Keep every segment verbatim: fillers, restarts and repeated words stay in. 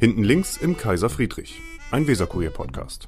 Hinten links im Kaiser Friedrich, ein Weserkurier-Podcast.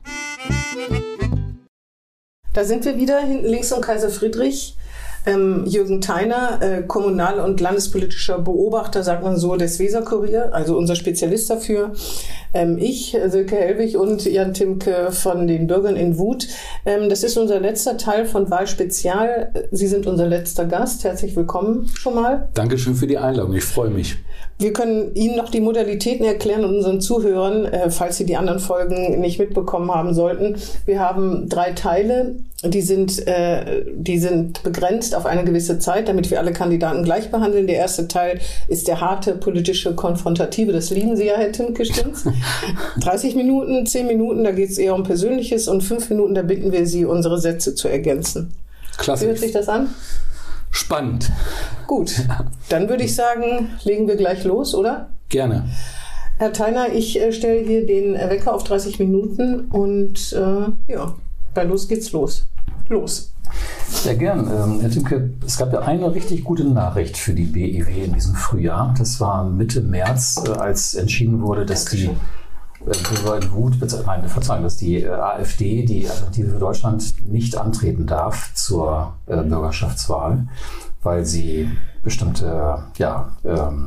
Da sind wir wieder, hinten links im Kaiser Friedrich. Ähm, Jürgen Theiner, äh, kommunal- und landespolitischer Beobachter, sagt man so, des Weserkurier, also unser Spezialist dafür. Ähm, ich, Silke Hellwig und Jan Timke von den Bürgern in Wut. Ähm, das ist unser letzter Teil von Wahlspezial. Sie sind unser letzter Gast. Herzlich willkommen schon mal. Dankeschön für die Einladung. Ich freue mich. Wir können Ihnen noch die Modalitäten erklären und unseren Zuhörern, äh, falls Sie die anderen Folgen nicht mitbekommen haben sollten. Wir haben drei Teile, die sind, äh, die sind begrenzt auf eine gewisse Zeit, damit wir alle Kandidaten gleich behandeln. Der erste Teil ist der harte politische Konfrontative. Das lieben Sie ja, Herr Timke, stimmt's? dreißig Minuten, zehn Minuten, da geht es eher um Persönliches, und fünf Minuten, da bitten wir Sie, unsere Sätze zu ergänzen. Klasse. Wie hört sich das an? Spannend. Gut, dann würde ich sagen, legen wir gleich los, oder? Gerne. Herr Theiner, ich äh, stelle hier den Wecker auf dreißig Minuten und äh, ja, bei los geht's los. Los. Sehr gern. Ähm, Herr Timke, es gab ja eine richtig gute Nachricht für die B E W in diesem Frühjahr. Das war Mitte März, äh, als entschieden wurde, dass Dankeschön. die Bürger in Wut, nein, Verzeihung, dass die AfD, die Alternative für Deutschland, nicht antreten darf zur äh, Bürgerschaftswahl, weil sie bestimmte ja, ähm,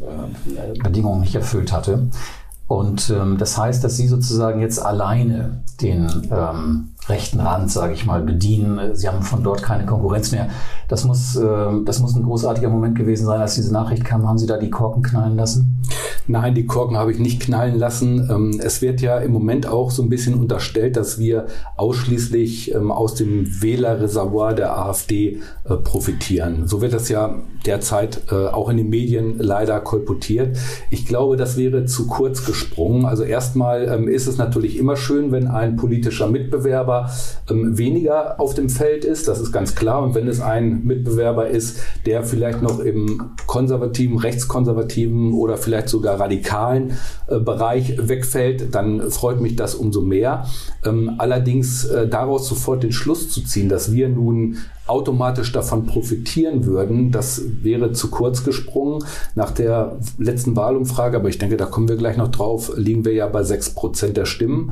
äh, Bedingungen nicht erfüllt hatte. Und ähm, das heißt, dass sie sozusagen jetzt alleine den ähm, rechten Rand, sage ich mal, bedienen. Sie haben von dort keine Konkurrenz mehr. Das muss, äh, das muss ein großartiger Moment gewesen sein, als diese Nachricht kam. Haben Sie da die Korken knallen lassen? Nein, die Korken habe ich nicht knallen lassen. Ähm, es wird ja im Moment auch so ein bisschen unterstellt, dass wir ausschließlich ähm, aus dem Wählerreservoir der AfD äh, profitieren. So wird das ja derzeit äh, auch in den Medien leider kolportiert. Ich glaube, das wäre zu kurz gesprungen. Also erstmal ähm, ist es natürlich immer schön, wenn ein politischer Mitbewerber ähm, weniger auf dem Feld ist. Das ist ganz klar. Und wenn es ein Mitbewerber ist, der vielleicht noch im konservativen, rechtskonservativen oder vielleicht sogar radikalen äh, Bereich wegfällt, dann freut mich das umso mehr. Ähm, allerdings äh, daraus sofort den Schluss zu ziehen, dass wir nun automatisch davon profitieren würden, das wäre zu kurz gesprungen. Nach der letzten Wahlumfrage, aber ich denke, da kommen wir gleich noch drauf, liegen wir ja bei sechs Prozent der Stimmen.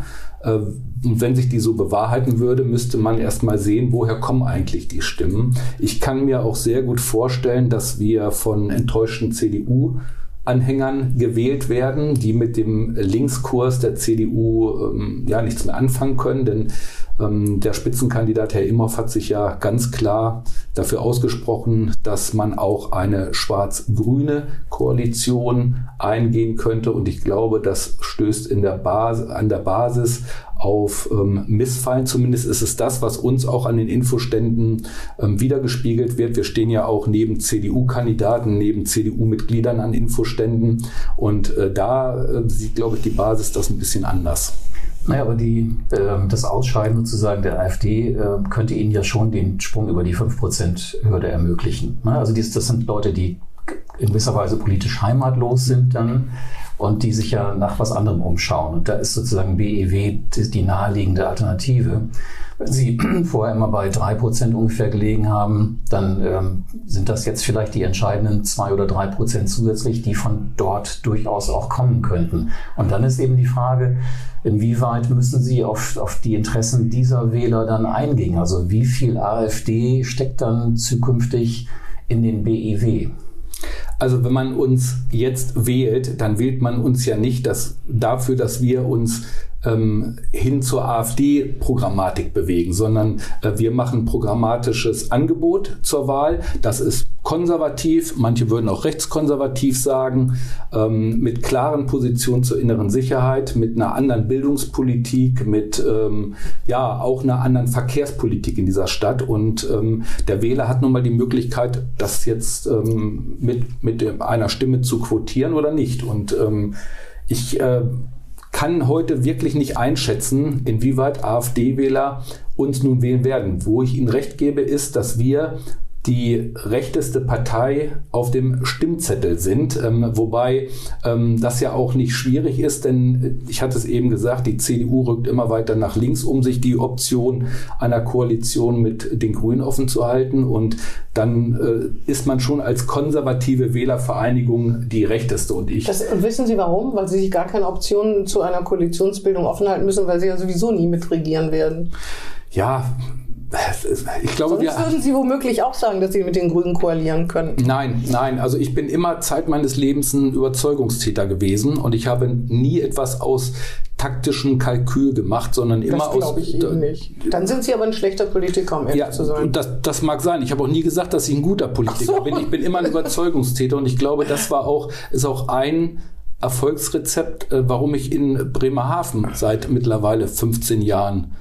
Und wenn sich die so bewahrheiten würde, müsste man erst mal sehen, woher kommen eigentlich die Stimmen. Ich kann mir auch sehr gut vorstellen, dass wir von enttäuschten C D U Anhängern gewählt werden, die mit dem Linkskurs der C D U ähm, ja nichts mehr anfangen können, denn ähm, der Spitzenkandidat Herr Imhoff hat sich ja ganz klar dafür ausgesprochen, dass man auch eine schwarz-grüne Koalition eingehen könnte, und ich glaube, das stößt in der Basis, an der Basis auf ähm, Missfallen. Zumindest ist es das, was uns auch an den Infoständen ähm, wiedergespiegelt wird. Wir stehen ja auch neben C D U-Kandidaten, neben C D U-Mitgliedern an Infoständen, und äh, da äh, sieht, glaube ich, die Basis das ein bisschen anders. Naja, aber die, äh, das Ausscheiden sozusagen der AfD äh, könnte Ihnen ja schon den Sprung über die fünf Prozent Hürde ermöglichen. Ne? Also dies, das sind Leute, die in gewisser Weise politisch heimatlos sind dann und die sich ja nach was anderem umschauen. Und da ist sozusagen B E W die, die naheliegende Alternative. Wenn Sie vorher immer bei drei Prozent ungefähr gelegen haben, dann ähm, sind das jetzt vielleicht die entscheidenden zwei oder drei Prozent zusätzlich, die von dort durchaus auch kommen könnten. Und dann ist eben die Frage, inwieweit müssen Sie auf, auf die Interessen dieser Wähler dann eingehen? Also wie viel AfD steckt dann zukünftig in den B E W? Also wenn man uns jetzt wählt, dann wählt man uns ja nicht das, dafür, dass wir uns ähm, hin zur AfD-Programmatik bewegen, sondern äh, wir machen programmatisches Angebot zur Wahl. Das ist konservativ, manche würden auch rechtskonservativ sagen, ähm, mit klaren Positionen zur inneren Sicherheit, mit einer anderen Bildungspolitik, mit ähm, ja auch einer anderen Verkehrspolitik in dieser Stadt. Und ähm, der Wähler hat nun mal die Möglichkeit, das jetzt ähm, mit, mit einer Stimme zu quotieren oder nicht. Und ähm, ich äh, kann heute wirklich nicht einschätzen, inwieweit AfD-Wähler uns nun wählen werden. Wo ich Ihnen recht gebe, ist, dass wir die rechteste Partei auf dem Stimmzettel sind, ähm, wobei ähm, das ja auch nicht schwierig ist, denn ich hatte es eben gesagt, die C D U rückt immer weiter nach links, um sich die Option einer Koalition mit den Grünen offen zu halten, und dann äh, ist man schon als konservative Wählervereinigung die rechteste. Und ich das, und wissen Sie warum? Weil Sie sich gar keine Option zu einer Koalitionsbildung offen halten müssen, weil Sie ja sowieso nie mitregieren werden. Ja, ich glaube, Sonst wir, würden Sie womöglich auch sagen, dass Sie mit den Grünen koalieren können. Nein, nein. Also ich bin immer Zeit meines Lebens ein Überzeugungstäter gewesen, und ich habe nie etwas aus taktischen Kalkül gemacht, sondern immer aus... Das glaube ich Ihnen nicht. Dann sind Sie aber ein schlechter Politiker, um ehrlich ja, zu sein. Das, das mag sein. Ich habe auch nie gesagt, dass ich ein guter Politiker so. bin. Ich bin immer ein Überzeugungstäter, und ich glaube, das war auch, ist auch ein Erfolgsrezept, warum ich in Bremerhaven seit mittlerweile fünfzehn Jahren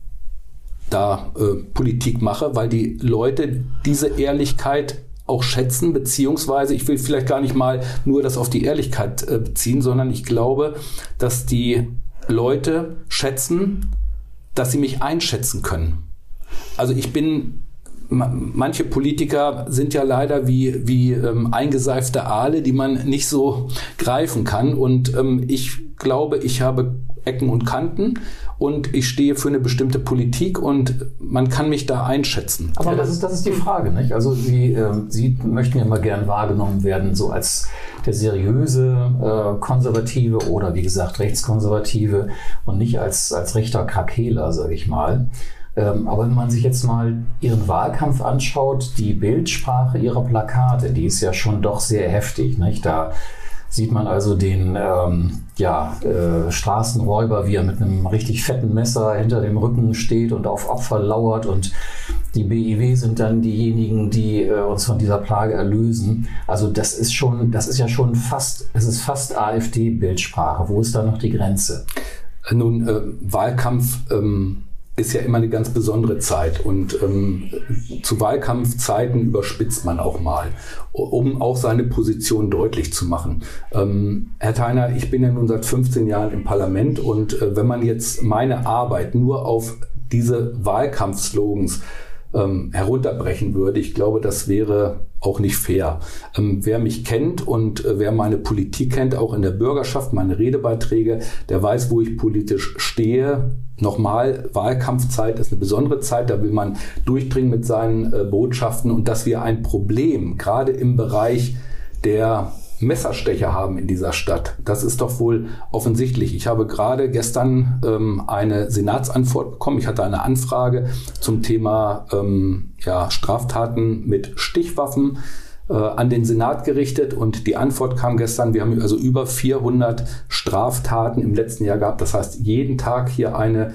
da äh, Politik mache, weil die Leute diese Ehrlichkeit auch schätzen, beziehungsweise ich will vielleicht gar nicht mal nur das auf die Ehrlichkeit äh, beziehen, sondern ich glaube, dass die Leute schätzen, dass sie mich einschätzen können. Also ich bin, manche Politiker sind ja leider wie, wie ähm, eingeseifte Aale, die man nicht so greifen kann, und ähm, ich glaube, ich habe Ecken und Kanten, und ich stehe für eine bestimmte Politik, und man kann mich da einschätzen. Aber ja, das ist, das ist die Frage, nicht? Also Sie, äh, Sie möchten ja immer gern wahrgenommen werden, so als der seriöse äh, Konservative oder wie gesagt Rechtskonservative und nicht als, als rechter Krakeler, sage ich mal. Ähm, aber wenn man sich jetzt mal Ihren Wahlkampf anschaut, die Bildsprache Ihrer Plakate, die ist ja schon doch sehr heftig, nicht? Da sieht man also den ähm, ja, äh, Straßenräuber, wie er mit einem richtig fetten Messer hinter dem Rücken steht und auf Opfer lauert, und die B I W sind dann diejenigen, die äh, uns von dieser Plage erlösen. Also das ist schon, das ist ja schon fast, es ist fast AfD-Bildsprache. Wo ist da noch die Grenze? Nun, äh, Wahlkampf ähm ist ja immer eine ganz besondere Zeit, und ähm, zu Wahlkampfzeiten überspitzt man auch mal, um auch seine Position deutlich zu machen. Ähm, Herr Theiner, ich bin ja nun seit fünfzehn Jahren im Parlament, und äh, wenn man jetzt meine Arbeit nur auf diese Wahlkampfslogans ähm, herunterbrechen würde, ich glaube, das wäre auch nicht fair. Ähm, wer mich kennt und äh, wer meine Politik kennt, auch in der Bürgerschaft, meine Redebeiträge, der weiß, wo ich politisch stehe. Nochmal, Wahlkampfzeit ist eine besondere Zeit, da will man durchdringen mit seinen äh, Botschaften, und dass wir ein Problem gerade im Bereich der Messerstecher haben in dieser Stadt, das ist doch wohl offensichtlich. Ich habe gerade gestern ähm, eine Senatsantwort bekommen. Ich hatte eine Anfrage zum Thema ähm, ja, Straftaten mit Stichwaffen äh, an den Senat gerichtet, und die Antwort kam gestern. Wir haben also über vierhundert Straftaten im letzten Jahr gehabt. Das heißt, jeden Tag hier eine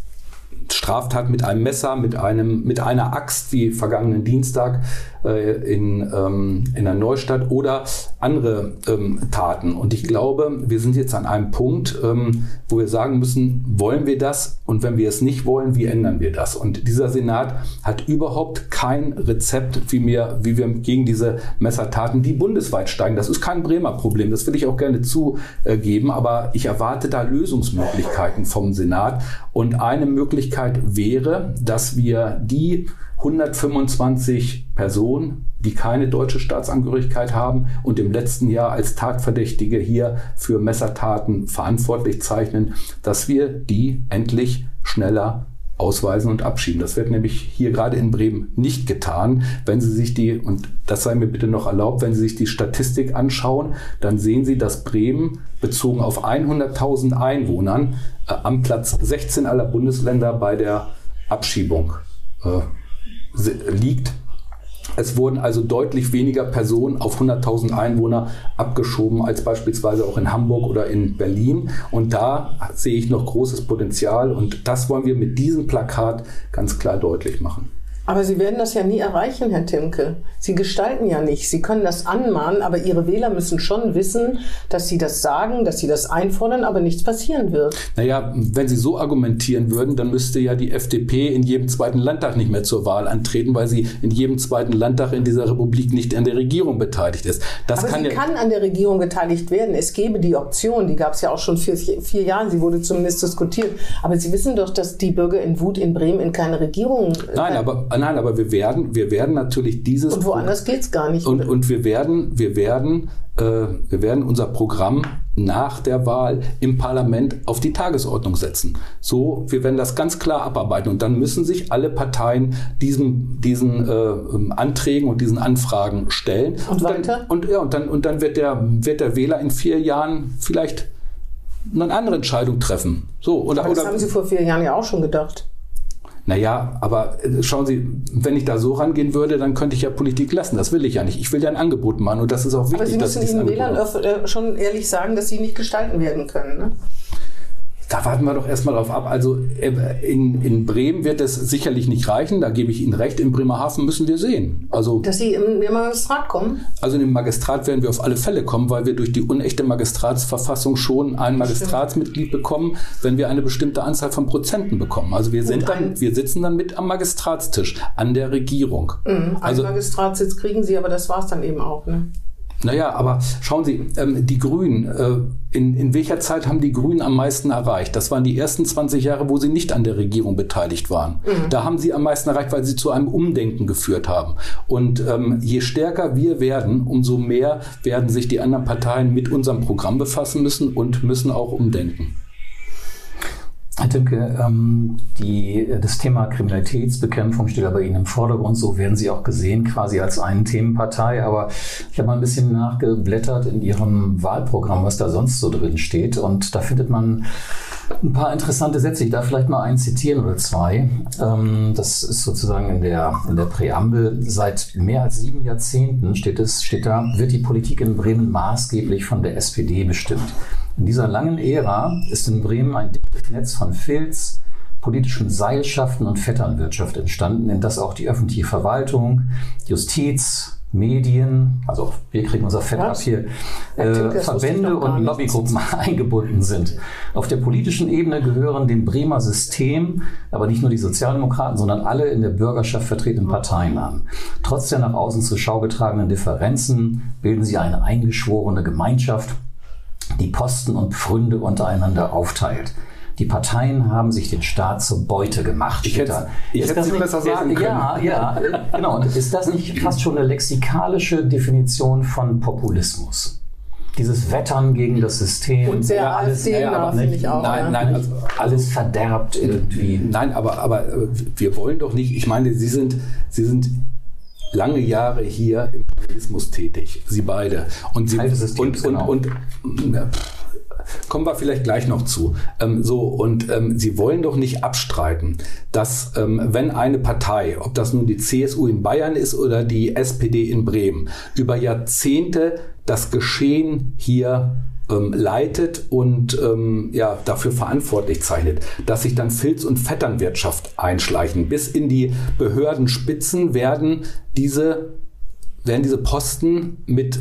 Straftat mit einem Messer, mit einem, mit einer Axt, wie vergangenen Dienstag äh, in, ähm, in der Neustadt, oder andere ähm, Taten. Und ich glaube, wir sind jetzt an einem Punkt, ähm, wo wir sagen müssen, wollen wir das? Und wenn wir es nicht wollen, wie ändern wir das? Und dieser Senat hat überhaupt kein Rezept, wie wir, wie wir gegen diese Messertaten, die bundesweit steigen. Das ist kein Bremer Problem, das will ich auch gerne zugeben, aber ich erwarte da Lösungsmöglichkeiten vom Senat. Und eine Möglichkeit wäre, dass wir die hundertfünfundzwanzig Personen, die keine deutsche Staatsangehörigkeit haben und im letzten Jahr als Tatverdächtige hier für Messertaten verantwortlich zeichnen, dass wir die endlich schneller ausweisen und abschieben. Das wird nämlich hier gerade in Bremen nicht getan. Wenn Sie sich die, und das sei mir bitte noch erlaubt, wenn Sie sich die Statistik anschauen, dann sehen Sie, dass Bremen bezogen auf hunderttausend Einwohnern äh, am Platz sechzehn aller Bundesländer bei der Abschiebung äh, liegt. Es wurden also deutlich weniger Personen auf hunderttausend Einwohner abgeschoben als beispielsweise auch in Hamburg oder in Berlin. Und da sehe ich noch großes Potenzial, und das wollen wir mit diesem Plakat ganz klar deutlich machen. Aber Sie werden das ja nie erreichen, Herr Timke. Sie gestalten ja nicht. Sie können das anmahnen, aber Ihre Wähler müssen schon wissen, dass Sie das sagen, dass Sie das einfordern, aber nichts passieren wird. Naja, wenn Sie so argumentieren würden, dann müsste ja die F D P in jedem zweiten Landtag nicht mehr zur Wahl antreten, weil sie in jedem zweiten Landtag in dieser Republik nicht an der Regierung beteiligt ist. Das aber kann sie ja kann an der Regierung beteiligt werden. Es gäbe die Option, die gab es ja auch schon vor vier, vier Jahren, sie wurde zumindest diskutiert. Aber Sie wissen doch, dass die Bürger in Wut in Bremen in keine Regierung... Nein, aber nein, aber wir werden, wir werden natürlich dieses... Und woanders geht es gar nicht. Und, und wir werden, wir werden, äh, wir werden unser Programm nach der Wahl im Parlament auf die Tagesordnung setzen. So, wir werden das ganz klar abarbeiten. Und dann müssen sich alle Parteien diesen, diesen äh, Anträgen und diesen Anfragen stellen. Und, und weiter? Dann, und, ja, und dann, und dann wird der, wird der Wähler in vier Jahren vielleicht eine andere Entscheidung treffen. So, oder, aber das oder, haben Sie vor vier Jahren ja auch schon gedacht. Naja, aber schauen Sie, wenn ich da so rangehen würde, dann könnte ich ja Politik lassen. Das will ich ja nicht. Ich will ja ein Angebot machen und das ist auch wichtig. Aber Sie müssen dass Ihren Wählern schon ehrlich sagen, dass Sie nicht gestalten werden können, ne? Da warten wir doch erstmal drauf ab. Also in, in Bremen wird es sicherlich nicht reichen, da gebe ich Ihnen recht. In Bremerhaven müssen wir sehen. Also, dass Sie im, im Magistrat kommen? Also in den Magistrat werden wir auf alle Fälle kommen, weil wir durch die unechte Magistratsverfassung schon ein Magistratsmitglied bekommen, wenn wir eine bestimmte Anzahl von Prozenten bekommen. Also wir, sind dann, wir sitzen dann mit am Magistratstisch, an der Regierung. Mhm, einen also, Magistratssitz kriegen Sie, aber das war es dann eben auch, ne? Naja, aber schauen Sie, ähm, die Grünen, äh, in, in welcher Zeit haben die Grünen am meisten erreicht? Das waren die ersten zwanzig Jahre, wo sie nicht an der Regierung beteiligt waren. Mhm. Da haben sie am meisten erreicht, weil sie zu einem Umdenken geführt haben. Und ähm, je stärker wir werden, umso mehr werden sich die anderen Parteien mit unserem Programm befassen müssen und müssen auch umdenken. Herr Timke, ähm, die, das Thema Kriminalitätsbekämpfung steht aber Ihnen im Vordergrund. So werden Sie auch gesehen, quasi als eine Themenpartei. Aber ich habe mal ein bisschen nachgeblättert in Ihrem Wahlprogramm, was da sonst so drin steht. Und da findet man ein paar interessante Sätze. Ich darf vielleicht mal einen zitieren oder zwei. Ähm, das ist sozusagen in der, in der Präambel. Seit mehr als sieben Jahrzehnten steht es, steht da, wird die Politik in Bremen maßgeblich von der S P D bestimmt. In dieser langen Ära ist in Bremen ein dickes Netz von Filz, politischen Seilschaften und Vetternwirtschaft entstanden, in das auch die öffentliche Verwaltung, Justiz, Medien, also wir kriegen unser Fett ab hier, äh, Verbände und Lobbygruppen eingebunden sind. Auf der politischen Ebene gehören dem Bremer System aber nicht nur die Sozialdemokraten, sondern alle in der Bürgerschaft vertretenen Parteien an. Trotz der nach außen zur Schau getragenen Differenzen bilden sie eine eingeschworene Gemeinschaft, die Posten und Pfründe untereinander aufteilt. Die Parteien haben sich den Staat zur Beute gemacht. Ich hätte es nicht besser sagen können. Ja, ja, genau. Und ist das nicht fast schon eine lexikalische Definition von Populismus? Dieses Wettern gegen das System. Und sehr ja, alles, ja, finde ich auch. Nein, ja. nein, also alles verderbt irgendwie. Nein, aber, aber wir wollen doch nicht, ich meine, Sie sind, Sie sind lange Jahre hier im Journalismus tätig, Sie beide. Und Sie Systems, und, genau. und, und ja, kommen wir vielleicht gleich noch zu. Ähm, so, und ähm, Sie wollen doch nicht abstreiten, dass ähm, wenn eine Partei, ob das nun die C S U in Bayern ist oder die S P D in Bremen, über Jahrzehnte das Geschehen hier ähm, leitet und ähm, ja, dafür verantwortlich zeichnet, dass sich dann Filz- und Vetternwirtschaft einschleichen. Bis in die Behördenspitzen werden diese, werden diese Posten mit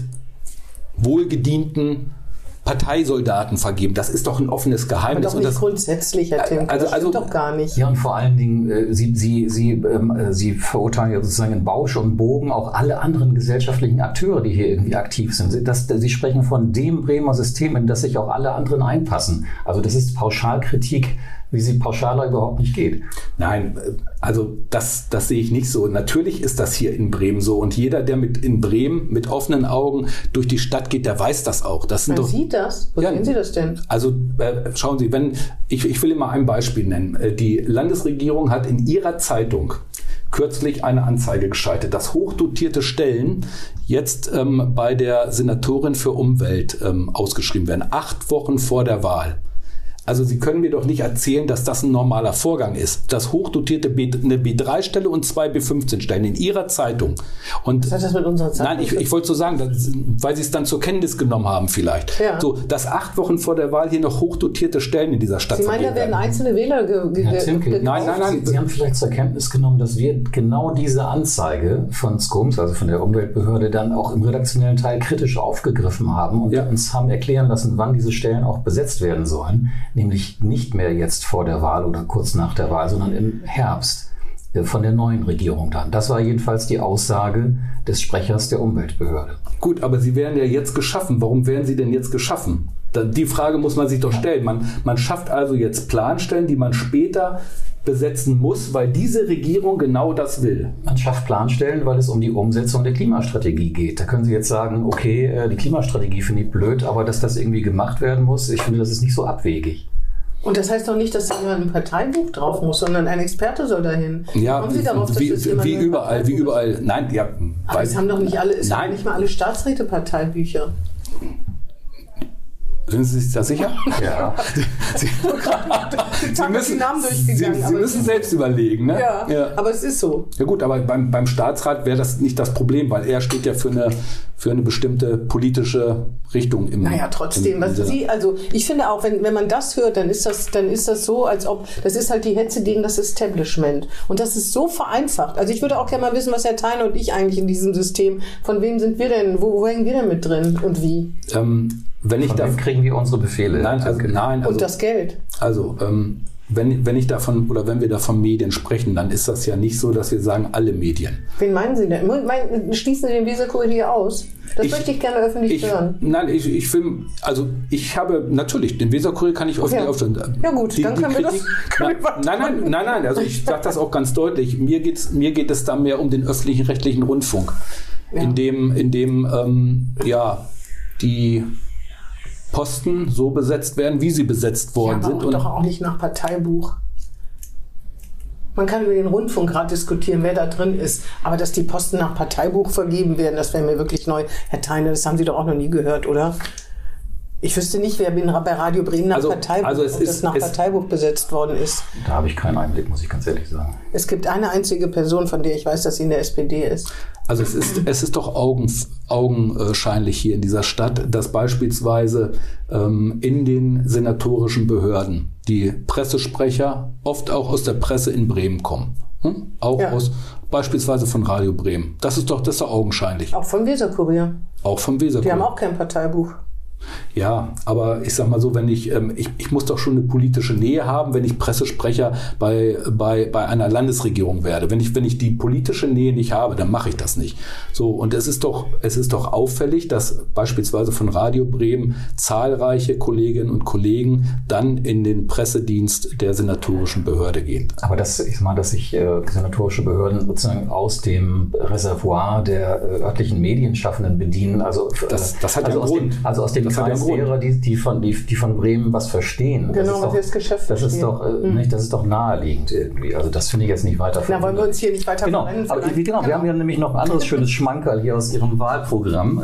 wohlgedienten Parteisoldaten vergeben. Das ist doch ein offenes Geheimnis. Aber doch nicht und das, grundsätzlich, Herr Timke. Also, das also doch gar nicht. Ja, und vor allen Dingen, äh, Sie, Sie, Sie, ähm, Sie verurteilen ja sozusagen in Bausch und Bogen auch alle anderen gesellschaftlichen Akteure, die hier irgendwie aktiv sind. Das, Sie sprechen von dem Bremer System, in das sich auch alle anderen einpassen. Also das ist Pauschalkritik, wie sie pauschaler überhaupt nicht geht. Nein, also das, das sehe ich nicht so. Natürlich ist das hier in Bremen so und jeder, der mit in Bremen mit offenen Augen durch die Stadt geht, der weiß das auch. Das sind Man doch, sieht das? Wo ja, sehen Sie das denn? Also äh, schauen Sie, wenn ich, ich will Ihnen mal ein Beispiel nennen. Die Landesregierung hat in ihrer Zeitung kürzlich eine Anzeige geschaltet, dass hochdotierte Stellen jetzt ähm, bei der Senatorin für Umwelt ähm, ausgeschrieben werden, acht Wochen vor der Wahl. Also Sie können mir doch nicht erzählen, dass das ein normaler Vorgang ist. Das hochdotierte B, eine B drei Stelle und zwei B fünfzehn Stellen in Ihrer Zeitung. Und was hat das mit unserer Zeitung? Nein, ich, ich wollte so sagen, dass, weil Sie es dann zur Kenntnis genommen haben vielleicht. Ja. So, dass acht Wochen vor der Wahl hier noch hochdotierte Stellen in dieser Stadt Sie meinen, da werden einzelne Wähler ge- ge- Herr Timke, gekauft? Nein, nein, nein. Sie, Sie haben vielleicht zur Kenntnis genommen, dass wir genau diese Anzeige von Skoms, also von der Umweltbehörde, dann auch im redaktionellen Teil kritisch aufgegriffen haben und ja. uns haben erklären lassen, wann diese Stellen auch besetzt werden sollen. Nämlich nicht mehr jetzt vor der Wahl oder kurz nach der Wahl, sondern im Herbst von der neuen Regierung dann. Das war jedenfalls die Aussage des Sprechers der Umweltbehörde. Gut, aber sie werden ja jetzt geschaffen. Warum werden sie denn jetzt geschaffen? Die Frage muss man sich doch stellen. Man, man schafft also jetzt Planstellen, die man später besetzen muss, weil diese Regierung genau das will. Man schafft Planstellen, weil es um die Umsetzung der Klimastrategie geht. Da können Sie jetzt sagen, okay, die Klimastrategie finde ich blöd, aber dass das irgendwie gemacht werden muss, ich finde, das ist nicht so abwegig. Und das heißt doch nicht, dass da jemand ein Parteibuch drauf muss, sondern ein Experte soll dahin. Ja, Kommen Sie darauf, dass wie, das wie überall, wie überall. Nein, ja. Aber es haben doch nicht alle, es nein. haben nicht mal alle Staatsräte Parteibücher. Sind Sie sich da sicher? Ja. Sie, Sie müssen, die Namen durchgegangen, Sie, Sie müssen selbst überlegen. Ne? Ja, ja, aber es ist so. Ja gut, aber beim, beim Staatsrat wäre das nicht das Problem, weil er steht ja für eine, für eine bestimmte politische Richtung im Naja, trotzdem. Im, was Sie, also ich finde auch, wenn, wenn man das hört, dann ist das, dann ist das so, als ob, das ist halt die Hetze gegen das Establishment. Und das ist so vereinfacht. Also ich würde auch gerne mal wissen, was Herr Theine und ich eigentlich in diesem System, von wem sind wir denn, wo, wo hängen wir denn mit drin und wie? Ähm, wenn ich Von da wem kriegen wir unsere Befehle? Nein, also, nein, also, und das Geld. Also, ähm, wenn, wenn ich davon oder wenn wir da von Medien sprechen, dann ist das ja nicht so, dass wir sagen, alle Medien. Wen meinen Sie denn? Meinen, schließen Sie den Weserkurier aus? Das ich, möchte ich gerne öffentlich ich, hören. Nein, ich, ich film, also ich habe natürlich, den Weserkurier kann ich öffentlich ja. aufstellen. Ja gut, die, dann die können Kritik, wir das. Können na, wir nein, nein, nein, nein, also ich sage das auch ganz deutlich. Mir geht's, mir geht es da mehr um den öffentlichen rechtlichen Rundfunk, ja. in dem, in dem ähm, ja die Posten so besetzt werden, wie sie besetzt worden ja, aber sind. Und doch auch nicht nach Parteibuch. Man kann über den Rundfunk gerade diskutieren, wer da drin ist. Aber dass die Posten nach Parteibuch vergeben werden, das wäre mir wirklich neu. Herr Theine, das haben Sie doch auch noch nie gehört, oder? Ich wüsste nicht, wer bei Radio Bremen nach also, Parteibuch, also es ist, das nach es Parteibuch besetzt worden ist. Da habe ich keinen Einblick, muss ich ganz ehrlich sagen. Es gibt eine einzige Person, von der ich weiß, dass sie in der S P D ist. Also es ist, es ist doch augen, augenscheinlich hier in dieser Stadt, dass beispielsweise ähm, in den senatorischen Behörden die Pressesprecher oft auch aus der Presse in Bremen kommen. Hm? Auch ja. aus beispielsweise von Radio Bremen. Das ist doch, das ist doch augenscheinlich. Auch vom Weserkurier. Auch vom Weserkurier. Die haben auch kein Parteibuch. Ja, aber ich sag mal so, wenn ich, ähm, ich, ich muss doch schon eine politische Nähe haben, wenn ich Pressesprecher bei, bei, bei einer Landesregierung werde. Wenn ich, wenn ich die politische Nähe nicht habe, dann mache ich das nicht. So, und es ist doch, es ist doch auffällig, dass beispielsweise von Radio Bremen zahlreiche Kolleginnen und Kollegen dann in den Pressedienst der senatorischen Behörde gehen. Aber das, ich sag mal, dass sich äh, senatorische Behörden sozusagen aus dem Reservoir der äh, örtlichen Medienschaffenden bedienen, also, äh, das, das hat also ja aus Grund. Dem, also aus dem Kreis derer, die, die, von, die, die von Bremen was verstehen. Genau, was das Geschäft das ist doch, äh, mhm. nicht, das ist doch naheliegend irgendwie. Also das finde ich jetzt nicht weiter. Na, wollen wir uns hier nicht weiter genau. Aber, genau, genau, wir haben ja nämlich noch ein anderes schönes Schmankerl hier aus Ihrem Wahlprogramm.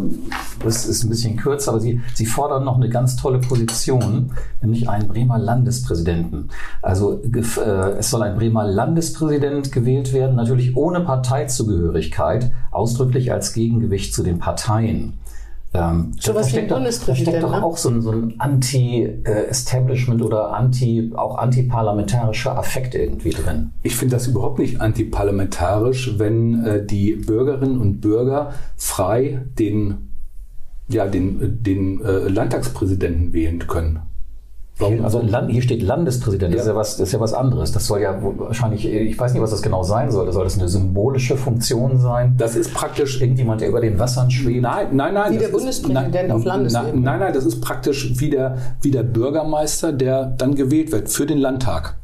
Das ist ein bisschen kürzer, aber Sie, Sie fordern noch eine ganz tolle Position, nämlich einen Bremer Landespräsidenten. Also es soll ein Bremer Landespräsident gewählt werden, natürlich ohne Parteizugehörigkeit, ausdrücklich als Gegengewicht zu den Parteien. Ähm, so was wie ein Bundespräsident, da steckt doch ne? auch so ein, so ein Anti-Establishment oder anti, auch antiparlamentarischer Affekt irgendwie drin. Ich finde das überhaupt nicht antiparlamentarisch, wenn äh, die Bürgerinnen und Bürger frei den, ja, den, den äh, Landtagspräsidenten wählen können. Warum? Also Land, hier steht Landespräsident, ja. Das, ist ja was, das ist ja was anderes. Das soll ja wahrscheinlich, ich weiß nicht, was das genau sein soll. Soll das eine symbolische Funktion sein? Das ist praktisch irgendjemand, der über den Wassern schwebt? Nein, nein, nein. Wie der Bundespräsident nein, auf Landesebene. Nein, nein, das ist praktisch wie der, wie der Bürgermeister, der dann gewählt wird für den Landtag.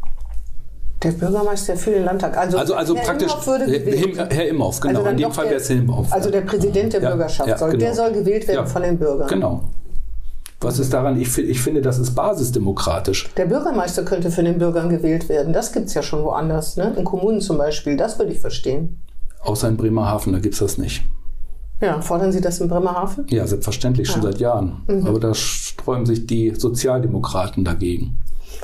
Der Bürgermeister für den Landtag. Also, also, also Herr praktisch Imhoff würde gewählt. Herr, Herr Imhoff, genau. Also in dem Fall wäre es Herr Imhoff. Also der Präsident der ja, Bürgerschaft, ja, soll, genau. der soll gewählt werden ja, von den Bürgern. Genau. Was ist daran? Ich, ich finde, das ist basisdemokratisch. Der Bürgermeister könnte von den Bürgern gewählt werden. Das gibt es ja schon woanders, ne? In Kommunen zum Beispiel. Das würde ich verstehen. Außer in Bremerhaven, da gibt es das nicht. Ja, fordern Sie das in Bremerhaven? Ja, selbstverständlich, schon ja. seit Jahren. Mhm. Aber da sträuben sich die Sozialdemokraten dagegen.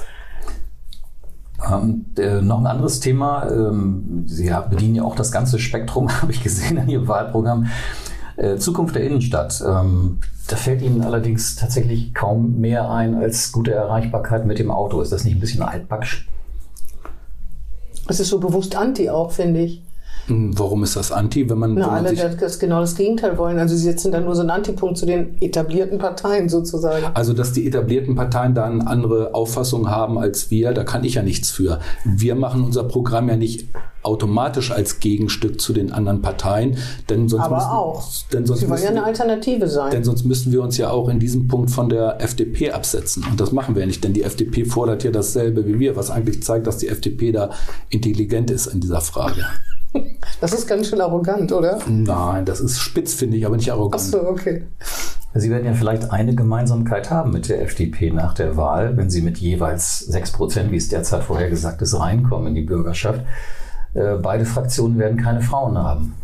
Ähm, äh, noch ein anderes Thema. Ähm, Sie bedienen ja auch das ganze Spektrum, habe ich gesehen in Ihrem Wahlprogramm. Äh, Zukunft der Innenstadt. Ähm, da fällt Ihnen allerdings tatsächlich kaum mehr ein als gute Erreichbarkeit mit dem Auto. Ist das nicht ein bisschen altbacksch? Es ist so bewusst anti auch, finde ich. Warum ist das anti, wenn man... Na, wenn man alle sich das genau das Gegenteil wollen. Also sie setzen dann nur so einen Antipunkt zu den etablierten Parteien sozusagen. Also dass die etablierten Parteien da eine andere Auffassung haben als wir, da kann ich ja nichts für. Wir machen unser Programm ja nicht automatisch als Gegenstück zu den anderen Parteien. Denn sonst Aber müssen, auch. Denn sonst Sie wollen ja eine wir, Alternative sein. Denn sonst müssten wir uns ja auch in diesem Punkt von der F D P absetzen. Und das machen wir ja nicht, denn die F D P fordert ja dasselbe wie wir, was eigentlich zeigt, dass die F D P da intelligent ist in dieser Frage. Das ist ganz schön arrogant, oder? Nein, das ist spitz, finde ich, aber nicht arrogant. Ach so, okay. Sie werden ja vielleicht eine Gemeinsamkeit haben mit der F D P nach der Wahl, wenn Sie mit jeweils sechs Prozent, wie es derzeit vorhergesagt ist, reinkommen in die Bürgerschaft. Äh, beide Fraktionen werden keine Frauen haben.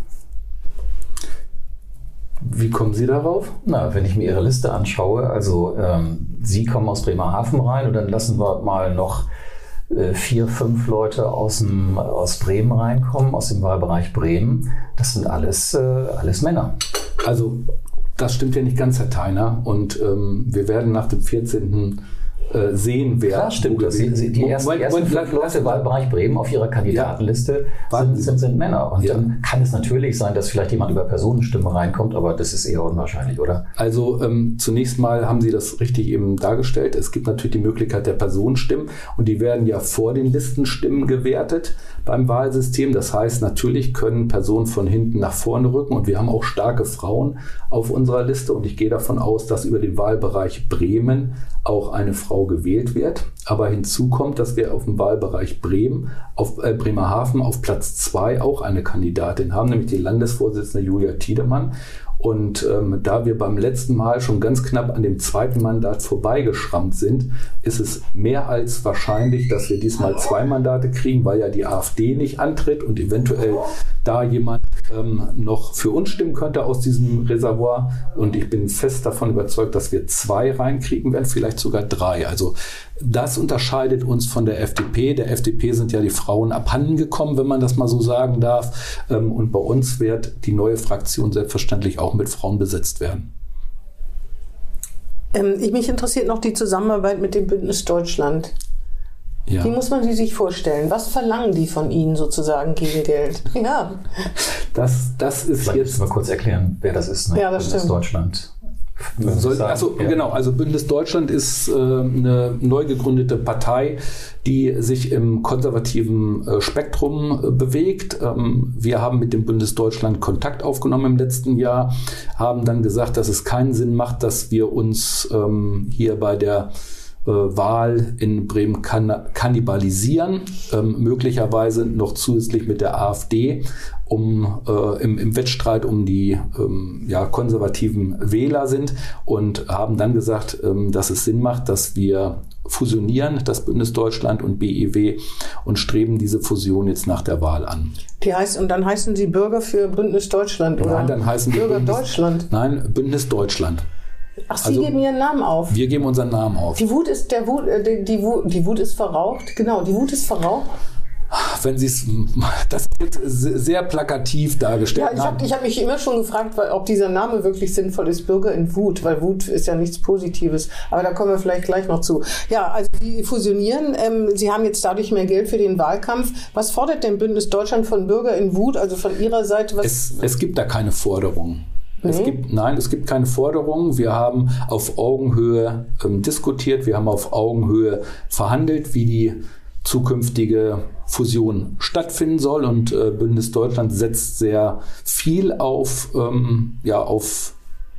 Wie kommen Sie darauf? Na, wenn ich mir Ihre Liste anschaue, also ähm, Sie kommen aus Bremerhaven rein und dann lassen wir mal noch äh, vier, fünf Leute aus, dem, aus Bremen reinkommen, aus dem Wahlbereich Bremen. Das sind alles, äh, alles Männer. Also das stimmt ja nicht ganz, Herr Theiner. Und ähm, wir werden nach dem vierzehnten Äh, sehen, wer... Klar, stimmt das. Sie, Sie, die ersten, Moment, ersten fünf Leute im Wahlbereich Bremen auf ihrer Kandidatenliste ja, sind, sind, sind Männer. Und ja. dann kann es natürlich sein, dass vielleicht jemand über Personenstimme reinkommt, aber das ist eher unwahrscheinlich, oder? Also ähm, zunächst mal haben Sie das richtig eben dargestellt. Es gibt natürlich die Möglichkeit der Personenstimmen und die werden ja vor den Listenstimmen gewertet beim Wahlsystem. Das heißt, natürlich können Personen von hinten nach vorne rücken und wir haben auch starke Frauen auf unserer Liste und ich gehe davon aus, dass über den Wahlbereich Bremen auch eine Frau gewählt wird. Aber hinzu kommt, dass wir auf dem Wahlbereich Bremen, auf äh, Bremerhaven auf Platz zwei auch eine Kandidatin haben, nämlich die Landesvorsitzende Julia Tiedemann. Und ähm, da wir beim letzten Mal schon ganz knapp an dem zweiten Mandat vorbeigeschrammt sind, ist es mehr als wahrscheinlich, dass wir diesmal zwei Mandate kriegen, weil ja die AfD nicht antritt und eventuell da jemand ähm, noch für uns stimmen könnte aus diesem Reservoir. Und ich bin fest davon überzeugt, dass wir zwei reinkriegen werden, vielleicht sogar drei. Also das unterscheidet uns von der F D P. Der F D P sind ja die Frauen abhanden gekommen, wenn man das mal so sagen darf. Und bei uns wird die neue Fraktion selbstverständlich auch mit Frauen besetzt werden. Ähm, ich, mich interessiert noch die Zusammenarbeit mit dem Bündnis Deutschland. Ja. Wie muss man die sich vorstellen? Was verlangen die von Ihnen sozusagen gegen Geld? Ja. Das, das ist Vielleicht jetzt... mal kurz erklären, wer das ist. Ne? Ja, das Bündnis stimmt. Deutschland. Soll, also ja. Genau, also Bündnis Deutschland ist äh, eine neu gegründete Partei, die sich im konservativen äh, Spektrum äh, bewegt. Ähm, wir haben mit dem Bündnis Deutschland Kontakt aufgenommen im letzten Jahr, haben dann gesagt, dass es keinen Sinn macht, dass wir uns ähm, hier bei der äh, Wahl in Bremen kann, kannibalisieren, ähm, möglicherweise noch zusätzlich mit der AfD, um äh, im, im Wettstreit um die ähm, ja, konservativen Wähler sind und haben dann gesagt, ähm, dass es Sinn macht, dass wir fusionieren, das Bündnis Deutschland und B E W, und streben diese Fusion jetzt nach der Wahl an. Die heißt, und dann heißen Sie Bürger für Bündnis Deutschland, oder? Nein, dann heißen Bürger Bündnis, Deutschland. Nein, Bündnis Deutschland. Ach, Sie also, geben Ihren Namen auf. Wir geben unseren Namen auf. Die Wut ist, der Wut, äh, die, die, Wut, die Wut ist verraucht. Genau, die Wut ist verraucht. Wenn Sie es, das wird sehr plakativ dargestellt. Ja, ich habe ich hab mich immer schon gefragt, weil, ob dieser Name wirklich sinnvoll ist, Bürger in Wut, weil Wut ist ja nichts Positives. Aber da kommen wir vielleicht gleich noch zu. Ja, also Sie fusionieren. Ähm, Sie haben jetzt dadurch mehr Geld für den Wahlkampf. Was fordert denn Bündnis Deutschland von Bürger in Wut? Also von Ihrer Seite? Was? Es, es gibt da keine Forderung. Nee. Es gibt, nein, es gibt keine Forderung. Wir haben auf Augenhöhe ähm, diskutiert. Wir haben auf Augenhöhe verhandelt, wie die zukünftige Fusion stattfinden soll, und äh, Bündnis Deutschland setzt sehr viel auf, ähm, ja, auf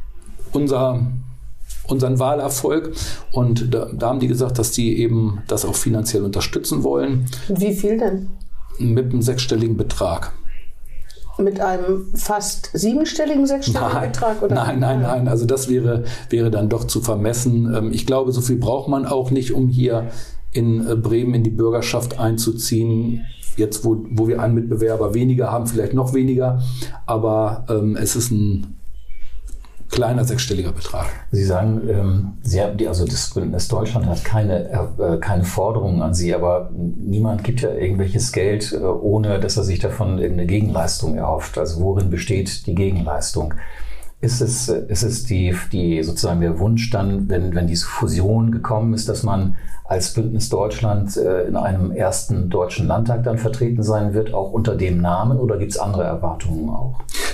unser, unseren Wahlerfolg, und da, da haben die gesagt, dass die eben das auch finanziell unterstützen wollen. Wie viel denn? Mit einem sechsstelligen Betrag. Mit einem fast siebenstelligen, sechsstelligen nein, Betrag? Oder? Nein, nein, nein. Also das wäre, wäre dann doch zu vermessen. Ich glaube, so viel braucht man auch nicht, um hier in Bremen in die Bürgerschaft einzuziehen. Jetzt, wo, wo wir einen Mitbewerber weniger haben, vielleicht noch weniger. Aber ähm, es ist ein kleiner sechsstelliger Betrag. Sie sagen, ähm, Sie haben die, also das Bündnis Deutschland hat keine, äh, keine Forderungen an Sie, aber niemand gibt ja irgendwelches Geld, äh, ohne dass er sich davon irgendeine Gegenleistung erhofft. Also worin besteht die Gegenleistung? Ist es, ist es die, die sozusagen der Wunsch dann, wenn, wenn diese Fusion gekommen ist, dass man als Bündnis Deutschland äh, in einem ersten deutschen Landtag dann vertreten sein wird, auch unter dem Namen, oder gibt es andere Erwartungen auch?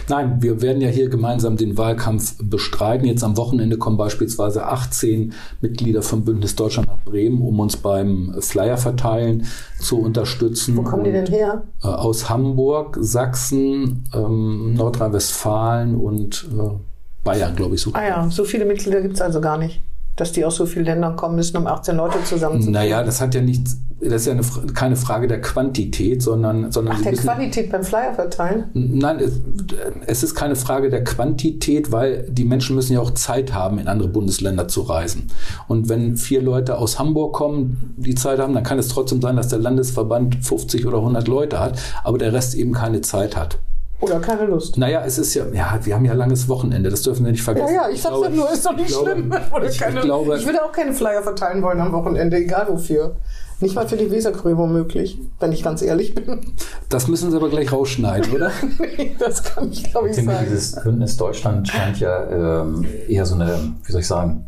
Nein, wir werden ja hier gemeinsam den Wahlkampf bestreiten. Jetzt am Wochenende kommen beispielsweise achtzehn Mitglieder vom Bündnis Deutschland nach Bremen, um uns beim Flyer verteilen zu unterstützen. Wo kommen die denn her? Äh, aus Hamburg, Sachsen, ähm, Nordrhein-Westfalen und äh, Bayern, glaube ich. So. Ah ja, so viele Mitglieder gibt es also gar nicht, dass die aus so vielen Ländern kommen müssen, um achtzehn Leute zusammenzubringen. Naja, das hat ja nichts, das ist ja eine, keine Frage der Quantität, sondern... sondern Ach, der müssen, Qualität beim Flyer verteilen? Nein, es, es ist keine Frage der Quantität, weil die Menschen müssen ja auch Zeit haben, in andere Bundesländer zu reisen. Und wenn vier Leute aus Hamburg kommen, die Zeit haben, dann kann es trotzdem sein, dass der Landesverband fünfzig oder hundert Leute hat, aber der Rest eben keine Zeit hat. Oder keine Lust. Naja, es ist ja, ja, wir haben ja langes Wochenende, das dürfen wir nicht vergessen. Ja, ja, ich sag's ja nur, ist doch nicht glaube, schlimm. Oder ich, keine, ich, glaube, ich würde auch keine Flyer verteilen wollen am Wochenende, egal wofür. Nicht mal für die Weserkurier womöglich, wenn ich ganz ehrlich bin. Das müssen Sie aber gleich rausschneiden, oder? Nee, das kann ich, glaube ich, sagen. Dieses Bündnis Deutschland scheint ja ähm, eher so eine, wie soll ich sagen,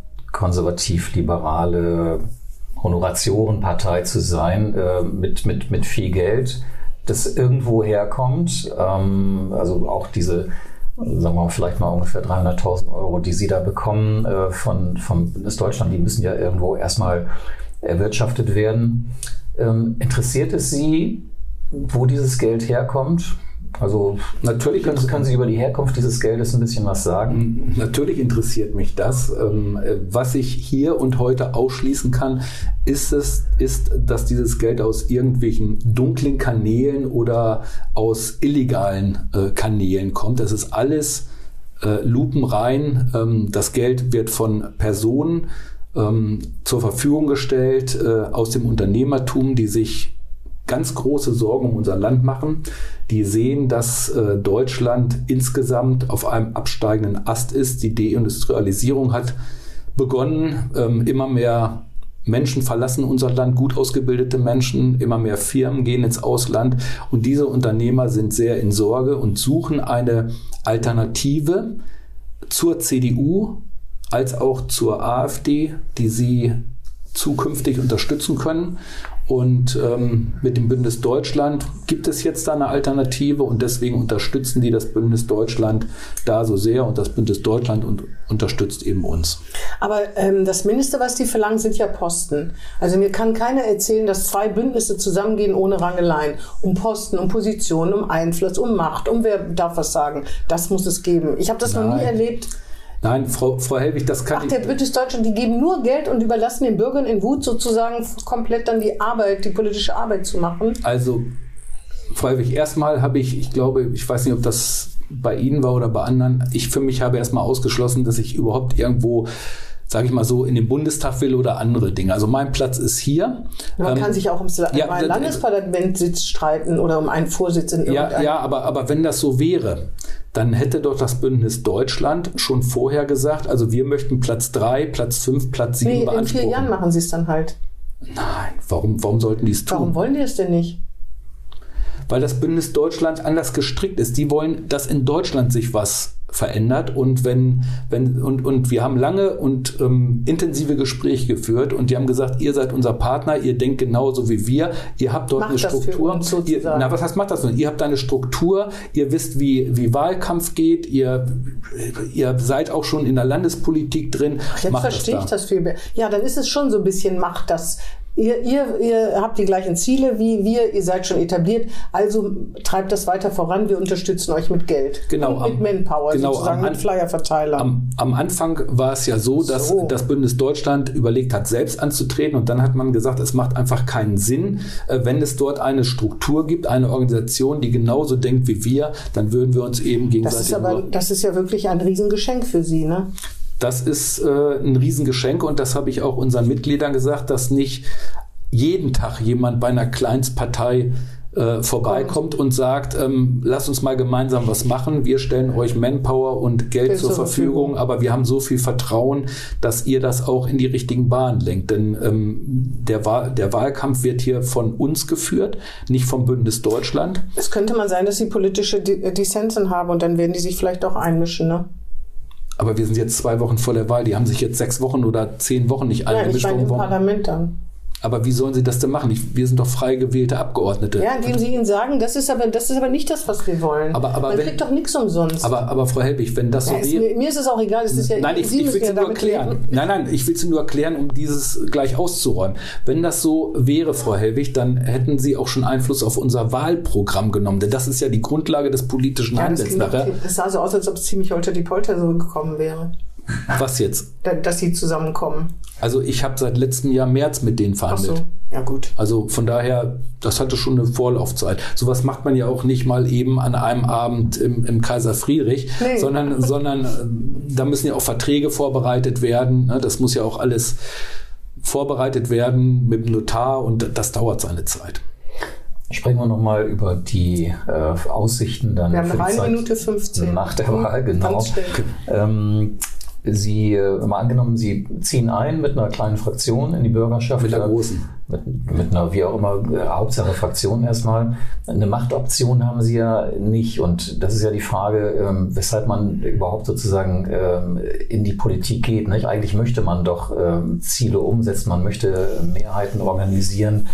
konservativ-liberale Honoratiorenpartei zu sein, äh, mit, mit, mit viel Geld, das irgendwo herkommt. Ähm, also auch diese, sagen wir mal, vielleicht mal ungefähr dreihunderttausend Euro, die Sie da bekommen äh, von, vom Bündnis Deutschland, die müssen ja irgendwo erstmal erwirtschaftet werden. Ähm, interessiert es Sie, wo dieses Geld herkommt? Also natürlich können, können Sie über die Herkunft dieses Geldes ein bisschen was sagen. Natürlich interessiert mich das. Was ich hier und heute ausschließen kann, ist es, ist, dass dieses Geld aus irgendwelchen dunklen Kanälen oder aus illegalen äh, Kanälen kommt. Das ist alles äh, lupenrein. Ähm, das Geld wird von Personen ähm, zur Verfügung gestellt äh, aus dem Unternehmertum, die sich ganz große Sorgen um unser Land machen. Die sehen, dass äh, Deutschland insgesamt auf einem absteigenden Ast ist. Die Deindustrialisierung hat begonnen. Ähm, immer mehr Menschen verlassen unser Land, gut ausgebildete Menschen, immer mehr Firmen gehen ins Ausland. Und diese Unternehmer sind sehr in Sorge und suchen eine Alternative zur C D U als auch zur AfD, die sie zukünftig unterstützen können. Und ähm, mit dem Bündnis Deutschland gibt es jetzt da eine Alternative und deswegen unterstützen die das Bündnis Deutschland da so sehr und das Bündnis Deutschland und, unterstützt eben uns. Aber ähm, das Mindeste, was die verlangen, sind ja Posten. Also mir kann keiner erzählen, dass zwei Bündnisse zusammengehen ohne Rangeleien. Um Posten, um Positionen, um Einfluss, um Macht, um wer darf was sagen. Das muss es geben. Ich habe das Nein. noch nie erlebt. Nein, Frau, Frau Helwig, das kann Ach, ich... der Bündnis Deutschland, die geben nur Geld und überlassen den Bürgern in Wut sozusagen komplett dann die Arbeit, die politische Arbeit zu machen. Also, Frau Helwig, erstmal habe ich, ich glaube, ich weiß nicht, ob das bei Ihnen war oder bei anderen, ich für mich habe erstmal ausgeschlossen, dass ich überhaupt irgendwo, sage ich mal so, in den Bundestag will oder andere Dinge. Also mein Platz ist hier. Man ähm, kann sich auch ums ja, Landesparlamentssitz streiten oder um einen Vorsitz in irgendeinem... Ja, ja aber, aber wenn das so wäre, dann hätte doch das Bündnis Deutschland schon vorher gesagt, also wir möchten Platz drei, Platz fünf, Platz sieben nee, beanspruchen. In vier Jahren machen sie es dann halt. Nein, warum, warum sollten die es tun? Warum wollen die es denn nicht? Weil das Bündnis Deutschland anders gestrickt ist. Die wollen, dass in Deutschland sich was verändert und wenn wenn und und wir haben lange und ähm, intensive Gespräche geführt und die haben gesagt, ihr seid unser Partner, ihr denkt genauso wie wir, ihr habt dort macht eine Struktur. Das für uns ihr, na, was heißt macht das denn? Ihr habt eine Struktur, ihr wisst, wie wie Wahlkampf geht, ihr ihr seid auch schon in der Landespolitik drin. Ach, jetzt verstehe ich das viel mehr. Ja, dann ist es schon so ein bisschen Macht das. Ihr, ihr, ihr habt die gleichen Ziele wie wir, ihr seid schon etabliert, also treibt das weiter voran, wir unterstützen euch mit Geld. Genau, und mit am, Manpower, genau, sozusagen am, mit Flyer-Verteilern. Am, am Anfang war es ja so, dass so. das Bündnis Deutschland überlegt hat, selbst anzutreten und dann hat man gesagt, es macht einfach keinen Sinn, wenn es dort eine Struktur gibt, eine Organisation, die genauso denkt wie wir, dann würden wir uns eben gegenseitig... Das ist aber, das ist ja wirklich ein Riesengeschenk für Sie, ne? Das ist äh, ein Riesengeschenk und das habe ich auch unseren Mitgliedern gesagt, dass nicht jeden Tag jemand bei einer Kleinstpartei äh, vorbeikommt und sagt, ähm, lasst uns mal gemeinsam was machen, wir stellen euch Manpower und Geld zur Verfügung, aber wir haben so viel Vertrauen, dass ihr das auch in die richtigen Bahnen lenkt. Denn ähm, der, Wahl, der Wahlkampf wird hier von uns geführt, nicht vom Bündnis Deutschland. Es könnte mal sein, dass sie politische Dissensen haben und dann werden die sich vielleicht auch einmischen, ne? Aber wir sind jetzt zwei Wochen vor der Wahl, die haben sich jetzt sechs Wochen oder zehn Wochen nicht eingemischt. Ja, ich meine im Parlament dann. Aber wie sollen sie das denn machen? Ich, wir sind doch frei gewählte Abgeordnete. Ja, indem sie ihnen sagen, das ist aber, das ist aber nicht das, was wir wollen. Aber, aber Man wenn, kriegt doch nichts umsonst. Aber, aber Frau Helbig, wenn das ja, so wäre... Mir, mir ist es auch egal, es ist ja... Nein, ich, Sie ich will es ja nur erklären. Leben. Nein, nein, ich will es nur erklären, um dieses gleich auszuräumen. Wenn das so wäre, Frau Helbig, dann hätten Sie auch schon Einfluss auf unser Wahlprogramm genommen. Denn das ist ja die Grundlage des politischen ja, Handelns nachher. Es sah so aus, als ob es ziemlich holter die Polter so gekommen wäre. Was jetzt? Da, dass sie zusammenkommen. Also ich habe seit letztem Jahr März mit denen verhandelt. Ach so. Ja, gut. Also von daher, das hatte schon eine Vorlaufzeit. Sowas macht man ja auch nicht mal eben an einem Abend im, im Kaiser Friedrich, nee. sondern, sondern da müssen ja auch Verträge vorbereitet werden. Das muss ja auch alles vorbereitet werden mit dem Notar und das dauert seine Zeit. Sprechen wir nochmal über die äh, Aussichten dann wir haben für eine die Zeit Minute fünfzehn. Nach der Wahl, genau. Ähm, Sie, äh, mal angenommen, Sie ziehen ein mit einer kleinen Fraktion in die Bürgerschaft. Mit einer großen. Mit, mit einer, wie auch immer, äh, Hauptsache Fraktion erstmal. Eine Machtoption haben Sie ja nicht. Und das ist ja die Frage, ähm, weshalb man überhaupt sozusagen ähm, in die Politik geht. Nicht? Eigentlich möchte man doch ähm, Ziele umsetzen, man möchte Mehrheiten organisieren.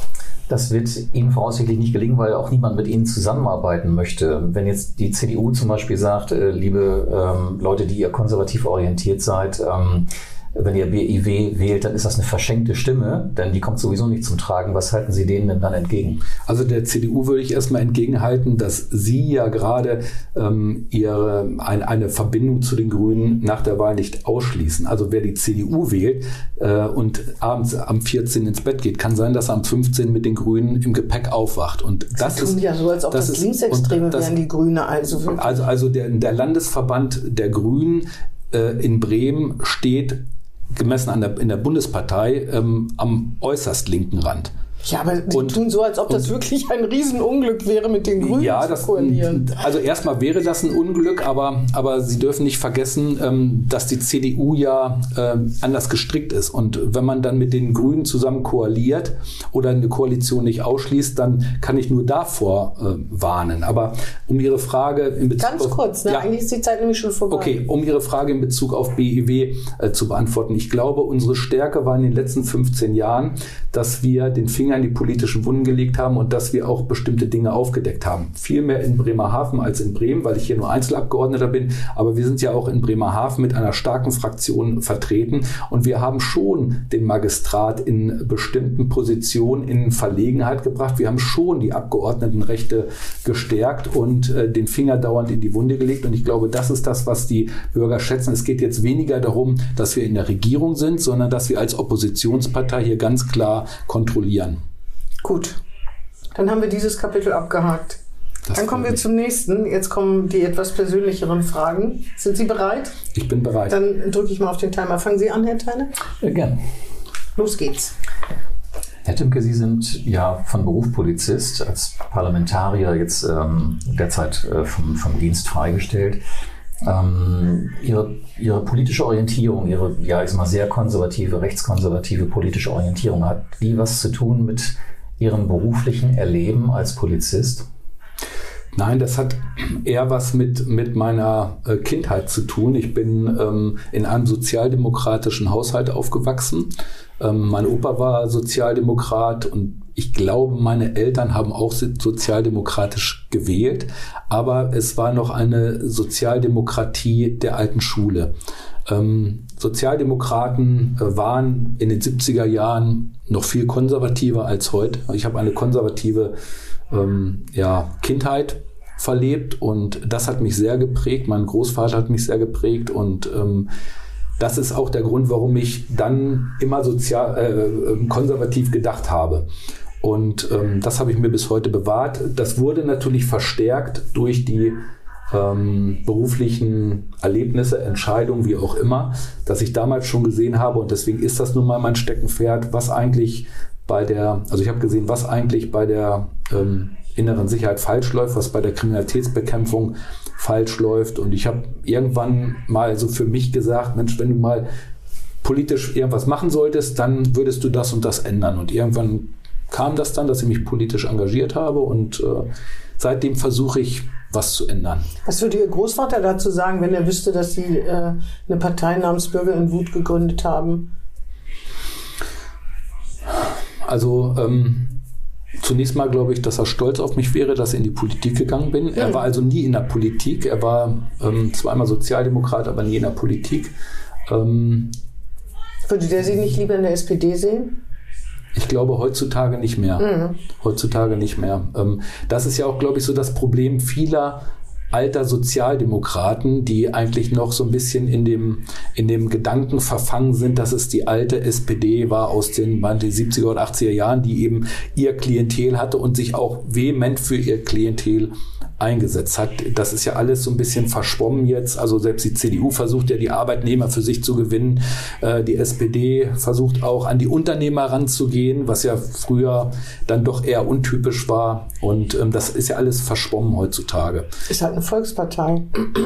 Das wird Ihnen voraussichtlich nicht gelingen, weil auch niemand mit Ihnen zusammenarbeiten möchte. Wenn jetzt die C D U zum Beispiel sagt, äh, liebe ähm, Leute, die ihr konservativ orientiert seid, ähm, wenn ihr B I W wählt, dann ist das eine verschenkte Stimme, denn die kommt sowieso nicht zum Tragen. Was halten Sie denen denn dann entgegen? Also der C D U würde ich erstmal entgegenhalten, dass Sie ja gerade ähm, ihre, ein, eine Verbindung zu den Grünen nach der Wahl nicht ausschließen. Also wer die C D U wählt äh, und abends am vierzehnten ins Bett geht, kann sein, dass er am fünfzehnten mit den Grünen im Gepäck aufwacht. Und das Sie tun ist ja so, als ob das, das Linksextreme das, wären, die Grüne. Also, also, also der, der Landesverband der Grünen äh, in Bremen steht gemessen an der, in der Bundespartei ähm, am äußerst linken Rand. Ja, aber die und, tun so, als ob das und, wirklich ein Riesenunglück wäre, mit den Grünen ja, zu das, koalieren. Also erstmal wäre das ein Unglück, aber, aber Sie dürfen nicht vergessen, ähm, dass die C D U ja ähm, anders gestrickt ist. Und wenn man dann mit den Grünen zusammen koaliert oder eine Koalition nicht ausschließt, dann kann ich nur davor äh, warnen. Aber um Ihre Frage in Bezug Ganz auf... kurz, ne? Ja, eigentlich ist die Zeit nämlich schon vorbei. Okay, um Ihre Frage in Bezug auf B I W äh, zu beantworten. Ich glaube, unsere Stärke war in den letzten fünfzehn Jahren, dass wir den Finger in die politischen Wunden gelegt haben und dass wir auch bestimmte Dinge aufgedeckt haben. Viel mehr in Bremerhaven als in Bremen, weil ich hier nur Einzelabgeordneter bin. Aber wir sind ja auch in Bremerhaven mit einer starken Fraktion vertreten. Und wir haben schon den Magistrat in bestimmten Positionen in Verlegenheit gebracht. Wir haben schon die Abgeordnetenrechte gestärkt und äh, den Finger dauernd in die Wunde gelegt. Und ich glaube, das ist das, was die Bürger schätzen. Es geht jetzt weniger darum, dass wir in der Regierung sind, sondern dass wir als Oppositionspartei hier ganz klar kontrollieren. Gut, dann haben wir dieses Kapitel abgehakt. Das dann kommen wir mich. zum nächsten. Jetzt kommen die etwas persönlicheren Fragen. Sind Sie bereit? Ich bin bereit. Dann drücke ich mal auf den Timer. Fangen Sie an, Herr Theine? Ja, gern. Los geht's. Herr Tümke, Sie sind ja von Beruf Polizist, als Parlamentarier jetzt ähm, derzeit äh, vom, vom Dienst freigestellt. Ähm, ihre, ihre politische Orientierung, ihre, ja, ich sag mal, sehr konservative, rechtskonservative politische Orientierung, hat die was zu tun mit Ihrem beruflichen Erleben als Polizist? Nein, das hat eher was mit, mit meiner äh, Kindheit zu tun. Ich bin ähm, in einem sozialdemokratischen Haushalt aufgewachsen. Ähm, mein Opa war Sozialdemokrat und ich glaube, meine Eltern haben auch sozialdemokratisch gewählt. Aber es war noch eine Sozialdemokratie der alten Schule. Ähm, Sozialdemokraten äh, waren in den siebziger Jahren noch viel konservativer als heute. Ich habe eine konservative ähm, ja, Kindheit verlebt und das hat mich sehr geprägt. Mein Großvater hat mich sehr geprägt und ähm, das ist auch der Grund, warum ich dann immer sozial, äh, konservativ gedacht habe. Und ähm, das habe ich mir bis heute bewahrt. Das wurde natürlich verstärkt durch die ähm, beruflichen Erlebnisse, Entscheidungen, wie auch immer, dass ich damals schon gesehen habe und deswegen ist das nun mal mein Steckenpferd, was eigentlich bei der, also ich habe gesehen, was eigentlich bei der ähm, inneren Sicherheit falsch läuft, was bei der Kriminalitätsbekämpfung falsch läuft. Und ich habe irgendwann mal so für mich gesagt, Mensch, wenn du mal politisch irgendwas machen solltest, dann würdest du das und das ändern. Und irgendwann kam das dann, dass ich mich politisch engagiert habe und äh, seitdem versuche ich, was zu ändern. Was würde Ihr Großvater dazu sagen, wenn er wüsste, dass Sie äh, eine Partei namens Bürger in Wut gegründet haben? Also ähm, zunächst mal glaube ich, dass er stolz auf mich wäre, dass ich in die Politik gegangen bin. Er war also nie in der Politik. Er war ähm, zweimal Sozialdemokrat, aber nie in der Politik. Ähm, Würde der Sie nicht lieber in der S P D sehen? Ich glaube heutzutage nicht mehr. Mhm. Heutzutage nicht mehr. Ähm, das ist ja auch, glaube ich, so das Problem vieler alter Sozialdemokraten, die eigentlich noch so ein bisschen in dem, in dem Gedanken verfangen sind, dass es die alte S P D war aus den, den siebziger und achtziger Jahren, die eben ihr Klientel hatte und sich auch vehement für ihr Klientel eingesetzt hat. Das ist ja alles so ein bisschen verschwommen jetzt. Also selbst die C D U versucht ja, die Arbeitnehmer für sich zu gewinnen. Äh, die S P D versucht auch, an die Unternehmer ranzugehen, was ja früher dann doch eher untypisch war. Und ähm, das ist ja alles verschwommen heutzutage. Ist halt eine Volkspartei.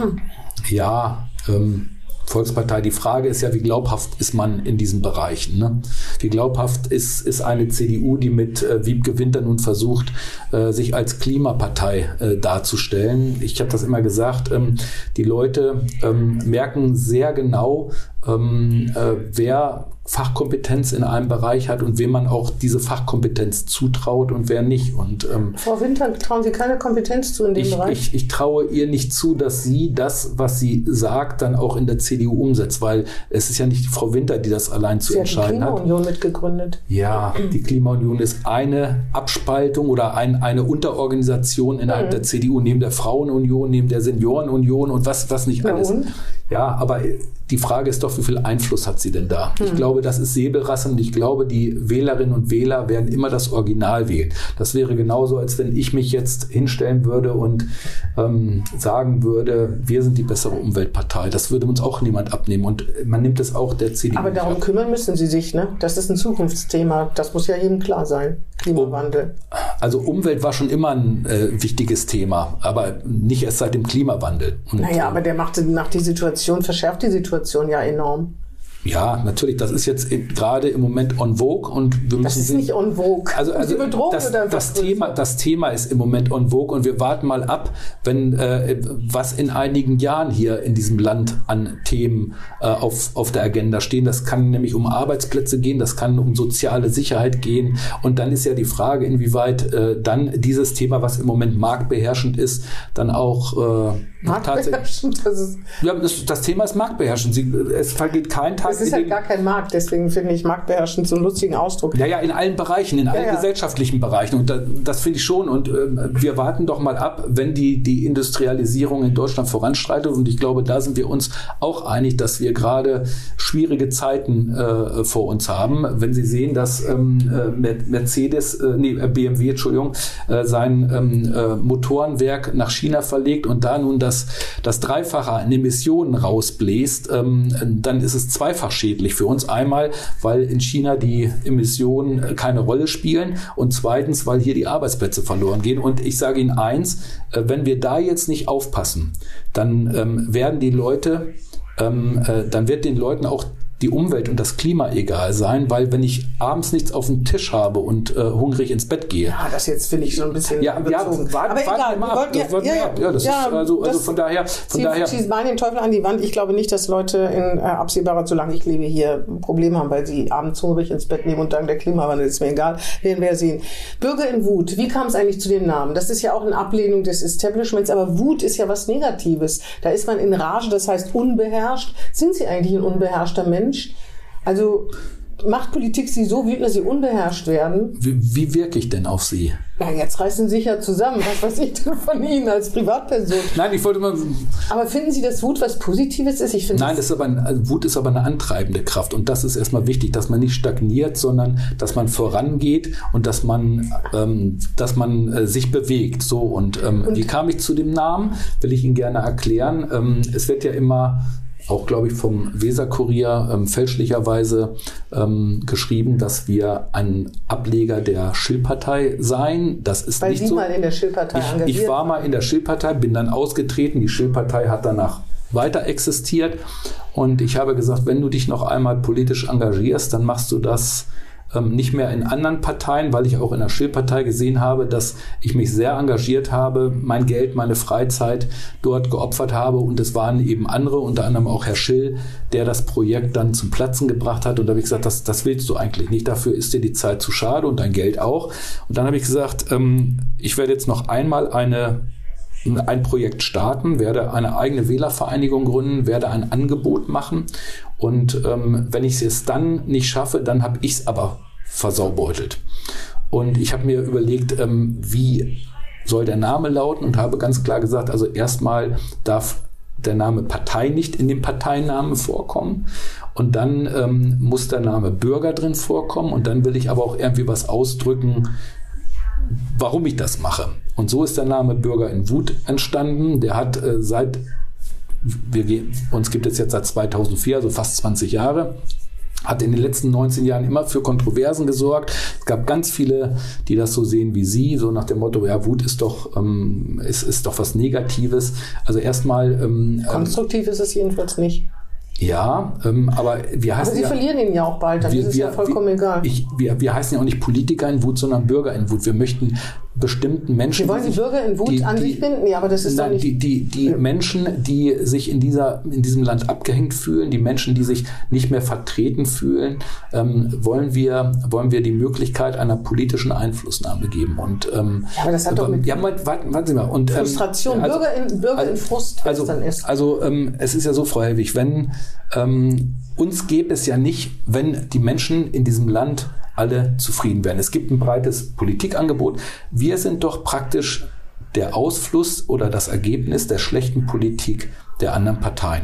Ja, ähm, Volkspartei. Die Frage ist ja, wie glaubhaft ist man in diesen Bereichen? Ne? Wie glaubhaft ist, ist eine C D U, die mit äh, Wiebke Winter nun versucht, äh, sich als Klimapartei äh, darzustellen? Ich habe das immer gesagt, ähm, die Leute ähm, merken sehr genau, ähm, äh, wer Fachkompetenz in einem Bereich hat und wem man auch diese Fachkompetenz zutraut und wer nicht. Und, ähm, Frau Winter, trauen Sie keine Kompetenz zu in dem ich, Bereich? Ich, ich traue ihr nicht zu, dass sie das, was sie sagt, dann auch in der C D U umsetzt, weil es ist ja nicht Frau Winter, die das allein zu sie entscheiden hat. Sie hat die Klimaunion mitgegründet. Ja, die Klimaunion ist eine Abspaltung oder ein, eine Unterorganisation innerhalb mhm. der C D U, neben der Frauenunion, neben der Seniorenunion und was, was nicht Na alles. Und? Ja, aber die Frage ist doch, wie viel Einfluss hat sie denn da? Hm. Ich glaube, das ist Säbelrasseln und ich glaube, die Wählerinnen und Wähler werden immer das Original wählen. Das wäre genauso, als wenn ich mich jetzt hinstellen würde und ähm, sagen würde, wir sind die bessere Umweltpartei. Das würde uns auch niemand abnehmen und man nimmt es auch der C D U. Aber darum ab. kümmern müssen Sie sich, ne? Das ist ein Zukunftsthema. Das muss ja jedem klar sein. Klimawandel. Also Umwelt war schon immer ein äh, wichtiges Thema, aber nicht erst seit dem Klimawandel. Und, naja, aber der macht nach die Situation, verschärft die Situation ja enorm. Ja, natürlich. Das ist jetzt gerade im Moment on vogue und wir müssen. Das ist nicht on vogue. Also, also das, das Thema, das Thema ist im Moment on vogue und wir warten mal ab, wenn äh, was in einigen Jahren hier in diesem Land an Themen äh, auf auf der Agenda stehen. Das kann nämlich um Arbeitsplätze gehen, das kann um soziale Sicherheit gehen und dann ist ja die Frage, inwieweit äh, dann dieses Thema, was im Moment marktbeherrschend ist, dann auch äh, marktbeherrschend. Das ist ja, das, das Thema ist marktbeherrschend. Sie, es vergeht kein Tag. Es ist halt gar kein Markt, deswegen finde ich marktbeherrschend so einen lustigen Ausdruck. Ja, ja, in allen Bereichen, in allen ja, ja. gesellschaftlichen Bereichen. Und da, das finde ich schon. Und äh, wir warten doch mal ab, wenn die, die Industrialisierung in Deutschland voranschreitet. Und ich glaube, da sind wir uns auch einig, dass wir gerade schwierige Zeiten äh, vor uns haben. Wenn Sie sehen, dass ähm, Mercedes, äh, nee, B M W, Entschuldigung, äh, sein ähm, äh, Motorenwerk nach China verlegt und da nun das, das Dreifache an Emissionen rausbläst, ähm, dann ist es zweifach schädlich für uns. Einmal, weil in China die Emissionen keine Rolle spielen und zweitens, weil hier die Arbeitsplätze verloren gehen. Und ich sage Ihnen eins, wenn wir da jetzt nicht aufpassen, dann ähm, werden die Leute, ähm, äh, dann wird den Leuten auch die Umwelt und das Klima egal sein, weil wenn ich abends nichts auf dem Tisch habe und äh, hungrig ins Bett gehe. Ja, das jetzt finde ich so ein bisschen ja, überzogen. Ja, aber egal, wir wollten ja, ja, ja, ja, das ja, ist also, also das, von daher, von Sie, daher. Sie meinen den Teufel an die Wand. Ich glaube nicht, dass Leute in äh, absehbarer, solange ich lebe, hier Probleme haben, weil sie abends hungrig ins Bett nehmen und sagen, der Klimawandel ist mir egal. Werden wir sehen. Bürger in Wut. Wie kam es eigentlich zu dem Namen? Das ist ja auch eine Ablehnung des Establishments, aber Wut ist ja was Negatives. Da ist man in Rage, das heißt unbeherrscht. Sind Sie eigentlich ein unbeherrschter Mensch? Also macht Politik Sie so wütend, dass Sie unbeherrscht werden? Wie, wie wirke ich denn auf Sie? Na, jetzt reißen Sie sich ja zusammen. Was weiß ich denn von Ihnen als Privatperson? Nein, ich wollte mal... Aber finden Sie, dass Wut was Positives ist? Ich finde Nein, das ist aber ein, also Wut ist aber eine antreibende Kraft. Und das ist erstmal wichtig, dass man nicht stagniert, sondern dass man vorangeht und dass man, ähm, dass man äh, sich bewegt. So, und, ähm, und wie kam ich zu dem Namen? Will ich Ihnen gerne erklären. Ähm, es wird ja immer... auch, glaube ich, vom Weser-Kurier ähm, fälschlicherweise ähm, geschrieben, dass wir ein Ableger der Schill-Partei seien. Das ist Weil nicht Sie so. mal in der Schill-Partei ich, engagiert ich war mal in der Schill-Partei, bin dann ausgetreten. Die Schill-Partei hat danach weiter existiert. Und ich habe gesagt, wenn du dich noch einmal politisch engagierst, dann machst du das ähm, nicht mehr in anderen Parteien, weil ich auch in der Schill-Partei gesehen habe, dass ich mich sehr engagiert habe, mein Geld, meine Freizeit dort geopfert habe und es waren eben andere, unter anderem auch Herr Schill, der das Projekt dann zum Platzen gebracht hat und da habe ich gesagt, das, das willst du eigentlich nicht, dafür ist dir die Zeit zu schade und dein Geld auch. Und dann habe ich gesagt, ähm, ich werde jetzt noch einmal eine ein Projekt starten, werde eine eigene Wählervereinigung gründen, werde ein Angebot machen und ähm, wenn ich es dann nicht schaffe, dann habe ich es aber versaubeutelt. Und ich habe mir überlegt, ähm, wie soll der Name lauten und habe ganz klar gesagt, also erstmal darf der Name Partei nicht in dem Parteinamen vorkommen und dann ähm, muss der Name Bürger drin vorkommen und dann will ich aber auch irgendwie was ausdrücken, warum ich das mache. Und so ist der Name Bürger in Wut entstanden. Der hat äh, seit, wir gehen, uns gibt es jetzt seit zweitausendvier, also fast zwanzig Jahre, hat in den letzten neunzehn Jahren immer für Kontroversen gesorgt. Es gab ganz viele, die das so sehen wie Sie, so nach dem Motto, ja, Wut ist doch, ähm, ist, ist doch was Negatives. Also erstmal... Ähm, konstruktiv ist es jedenfalls nicht. Ja, ähm, aber wir heißen aber Sie ja, verlieren ihn ja auch bald, dann wir, ist es wir, ja vollkommen wir, egal. Ich, wir, wir heißen ja auch nicht Politiker in Wut, sondern Bürger in Wut. Wir möchten bestimmten Menschen... Sie wollen die, die Bürger in Wut die, an die, sich binden? Ja, aber das ist nein, doch nicht... Die, die, die ja. Menschen, die sich in, dieser, in diesem Land abgehängt fühlen, die Menschen, die sich nicht mehr vertreten fühlen, ähm, wollen, wir, wollen wir die Möglichkeit einer politischen Einflussnahme geben. Und, ähm, ja, aber das hat doch mit... Ja, warten, warten Sie mal. Und, Frustration, ähm, also, Bürger, in, Bürger also, in Frust, also, dann ist. Also ähm, es ist ja so, Frau Hellwig, wenn... Ähm, uns gäbe es ja nicht, wenn die Menschen in diesem Land alle zufrieden wären. Es gibt ein breites Politikangebot. Wir sind doch praktisch der Ausfluss oder das Ergebnis der schlechten Politik der anderen Parteien.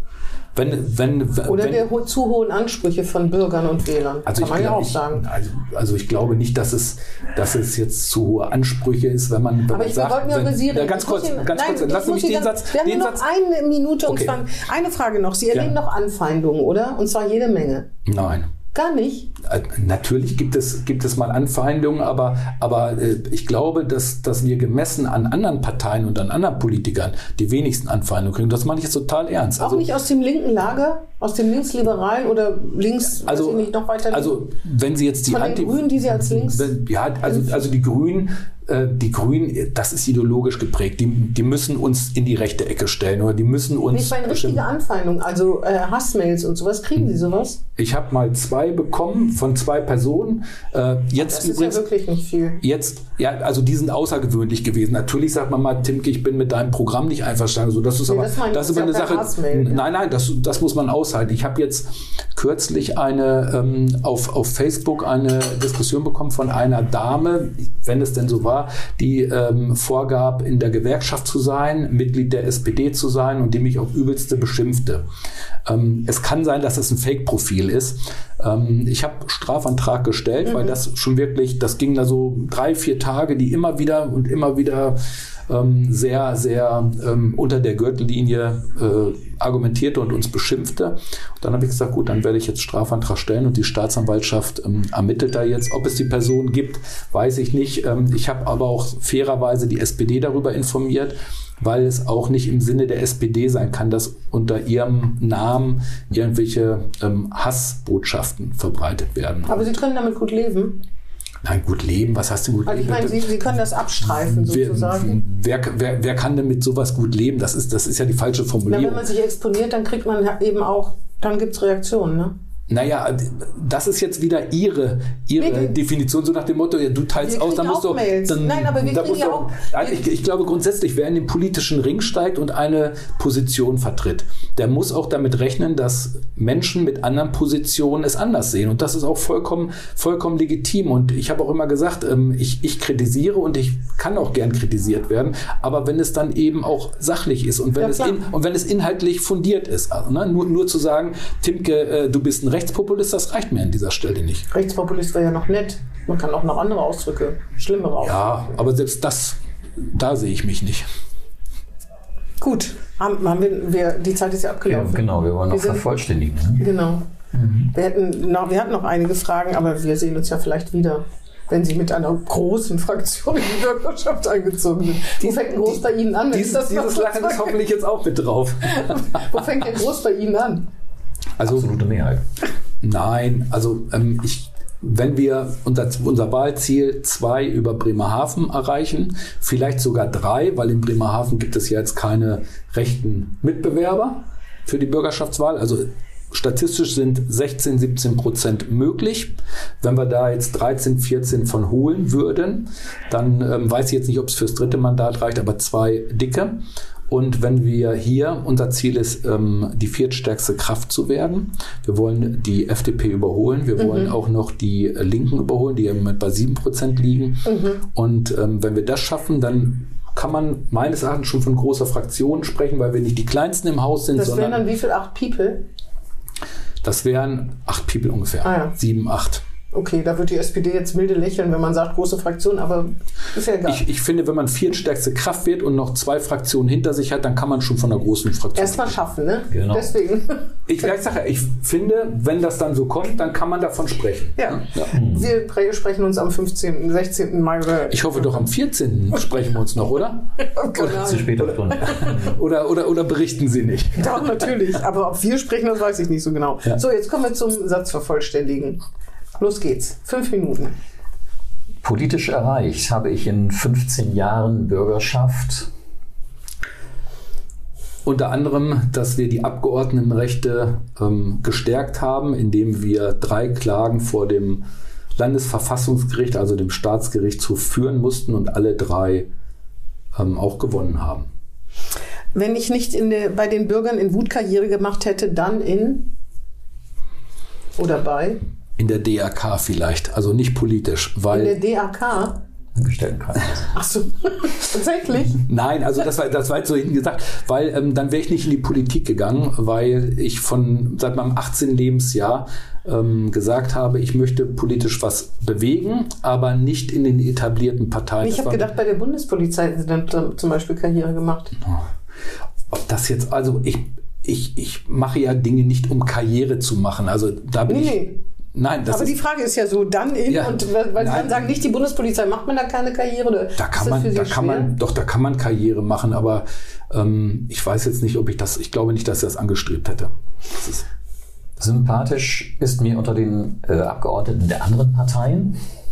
Wenn, wenn, oder wenn, der ho- zu hohen Ansprüche von Bürgern und Wählern, also kann man glaub, ja auch ich, sagen. Also, also ich glaube nicht, dass es, dass es jetzt zu hohe Ansprüche ist, wenn man, wenn aber man ich, sagt... wir wollten ja über Sie reden. Ja, ganz kurz, Ihnen, ganz nein, kurz, lassen Sie mich den ganz, Satz... Wir haben den nur noch Satz, eine Minute und okay. zwar eine Frage noch. Sie erleben ja. noch Anfeindungen, oder? Und zwar jede Menge. Nein. Gar nicht? Natürlich gibt es, gibt es mal Anfeindungen, aber, aber äh, ich glaube, dass, dass wir gemessen an anderen Parteien und an anderen Politikern die wenigsten Anfeindungen kriegen. Das meine ich jetzt total ernst. Auch also, nicht aus dem linken Lager? Aus dem linksliberalen oder links, also, weiß ich nicht, noch weiter links? Also, wenn Sie jetzt die Von den Anti- Grünen, die Sie als links... Wenn, ja, also, also die Grünen, äh, die Grünen, das ist ideologisch geprägt. Die, die müssen uns in die rechte Ecke stellen oder die müssen uns... Nicht bei einer richtigen Anfeindung, also äh, Hassmails und sowas. Kriegen Sie sowas? Ich habe mal zwei bekommen von zwei Personen. Äh, jetzt das ist übrigens, ja wirklich nicht viel. Jetzt, ja, also die sind außergewöhnlich gewesen. Natürlich sagt man mal, Timke, ich bin mit deinem Programm nicht einverstanden. So, das ist Nee, aber, das meine ich, das ist das aber ist eine ja Sache. Hassmail, ja. Nein, nein, das, das muss man aushalten. Ich habe jetzt kürzlich eine ähm, auf, auf Facebook eine Diskussion bekommen von einer Dame, wenn es denn so war, die ähm, vorgab, in der Gewerkschaft zu sein, Mitglied der S P D zu sein und die mich auf übelste beschimpfte. Ähm, es kann sein, dass es ein Fake-Profil ist. Ähm, ich habe Strafantrag gestellt, mhm. weil das schon wirklich, das ging da so drei, vier Tage, die immer wieder und immer wieder ähm, sehr, sehr ähm, unter der Gürtellinie äh, argumentierte und uns beschimpfte. Und dann habe ich gesagt, gut, dann werde ich jetzt Strafantrag stellen und die Staatsanwaltschaft ähm, ermittelt da jetzt. Ob es die Person gibt, weiß ich nicht. Ähm, ich habe aber auch fairerweise die S P D darüber informiert, weil es auch nicht im Sinne der S P D sein kann, dass unter ihrem Namen irgendwelche ähm, Hassbotschaften verbreitet werden. Aber Sie können damit gut leben? Nein, gut leben, was heißt denn gut also leben? Ich meine, Sie, Sie können das abstreifen sozusagen. Wer, wer, wer, wer kann denn mit sowas gut leben? Das ist, das ist ja die falsche Formulierung. Na, wenn man sich exponiert, dann kriegt man eben auch, dann gibt es Reaktionen, ne? Naja, das ist jetzt wieder Ihre, Ihre wir, Definition, so nach dem Motto, ja, du teilst aus, dann musst du... Dann, Nein, aber wir kriegen ja auch... Nein, ich, ich glaube grundsätzlich, wer in den politischen Ring steigt und eine Position vertritt, der muss auch damit rechnen, dass Menschen mit anderen Positionen es anders sehen. Und das ist auch vollkommen, vollkommen legitim. Und ich habe auch immer gesagt, ich, ich kritisiere und ich kann auch gern kritisiert werden. Aber wenn es dann eben auch sachlich ist und wenn, ja, es, in, und wenn es inhaltlich fundiert ist, also, ne, nur, nur zu sagen, Timke, du bist ein Rechtspopulist, das reicht mir an dieser Stelle nicht. Rechtspopulist wäre ja noch nett. Man kann auch noch andere Ausdrücke, schlimmere Ausdrücke. Ja, aber selbst das, da sehe ich mich nicht. Gut, haben, haben wir, wir, die Zeit ist ja abgelaufen. Ja, genau, wir wollen noch wir sind, vervollständigen. Ne? Genau. Mhm. Wir, hätten noch, wir hatten noch einige Fragen, aber wir sehen uns ja vielleicht wieder, wenn Sie mit einer großen Fraktion in die Bürgerschaft eingezogen sind. Wo fängt denn groß bei Ihnen an? Dies, das dieses Lachen ist hoffentlich jetzt auch mit drauf. Wo fängt denn groß bei Ihnen an? Also, absolute Mehrheit. Nein, also ähm, ich wenn wir unser, unser Wahlziel zwei über Bremerhaven erreichen, vielleicht sogar drei, weil in Bremerhaven gibt es ja jetzt keine rechten Mitbewerber für die Bürgerschaftswahl. Also statistisch sind sechzehn, siebzehn Prozent möglich. Wenn wir da jetzt dreizehn, vierzehn von holen würden, dann ähm, weiß ich jetzt nicht, ob es fürs dritte Mandat reicht, aber zwei dicke. Und wenn wir hier, unser Ziel ist, ähm, die viertstärkste Kraft zu werden. Wir wollen die F D P überholen. Wir mhm. wollen auch noch die Linken überholen, die im Moment bei sieben Prozent liegen. Mhm. Und ähm, wenn wir das schaffen, dann kann man meines Erachtens schon von großer Fraktion sprechen, weil wir nicht die kleinsten im Haus sind. Das sondern wären dann wie viel? Acht People? Das wären acht People ungefähr. Ah, ja. Sieben, acht. Okay, da wird die S P D jetzt milde lächeln, wenn man sagt, große Fraktion, aber ist ja egal. Ich, ich finde, wenn man viertstärkste Kraft wird und noch zwei Fraktionen hinter sich hat, dann kann man schon von einer großen Fraktion erstmal schaffen, ne? Genau. Deswegen. Ich, ich sage, ich finde, wenn das dann so kommt, dann kann man davon sprechen. Ja. ja. Wir sprechen uns am fünfzehnten, sechzehnten Mai. Oder ich hoffe doch, am vierzehnten sprechen wir uns noch, oder? Oder zu später Stunde. Oder, oder, oder berichten Sie nicht? Doch, natürlich. Aber ob wir sprechen, das weiß ich nicht so genau. Ja. So, jetzt kommen wir zum Satzvervollständigen. Los geht's. Fünf Minuten. Politisch erreicht habe ich in fünfzehn Jahren Bürgerschaft. Unter anderem, dass wir die Abgeordnetenrechte ähm, gestärkt haben, indem wir drei Klagen vor dem Landesverfassungsgericht, also dem Staatsgerichtshof, führen mussten und alle drei ähm, auch gewonnen haben. Wenn ich nicht in der, bei den Bürgern in Wut Karriere gemacht hätte, dann in oder bei? In der D A K vielleicht, also nicht politisch. Weil in der D A K? Angestelltenkreis. Ach so, tatsächlich? Nein, also das war, das war jetzt so hinten gesagt, weil ähm, dann wäre ich nicht in die Politik gegangen, weil ich von seit meinem achtzehnten Lebensjahr ähm, gesagt habe, ich möchte politisch was bewegen, aber nicht in den etablierten Parteien. Ich habe gedacht, bei der Bundespolizei hätten Sie dann zum Beispiel Karriere gemacht. Ob das jetzt, also ich, ich, ich mache ja Dinge nicht, um Karriere zu machen. Also da bin nee, ich... Nee. Nein, das aber ist, die Frage ist ja so, dann in ja, und weil Sie dann sagen, nicht die Bundespolizei, macht man da keine Karriere? Oder da kann man, da kann man, doch, da kann man Karriere machen, aber ähm, ich weiß jetzt nicht, ob ich das, ich glaube nicht, dass ich das angestrebt hätte. Das ist sympathisch ist mir unter den äh, Abgeordneten der anderen Parteien.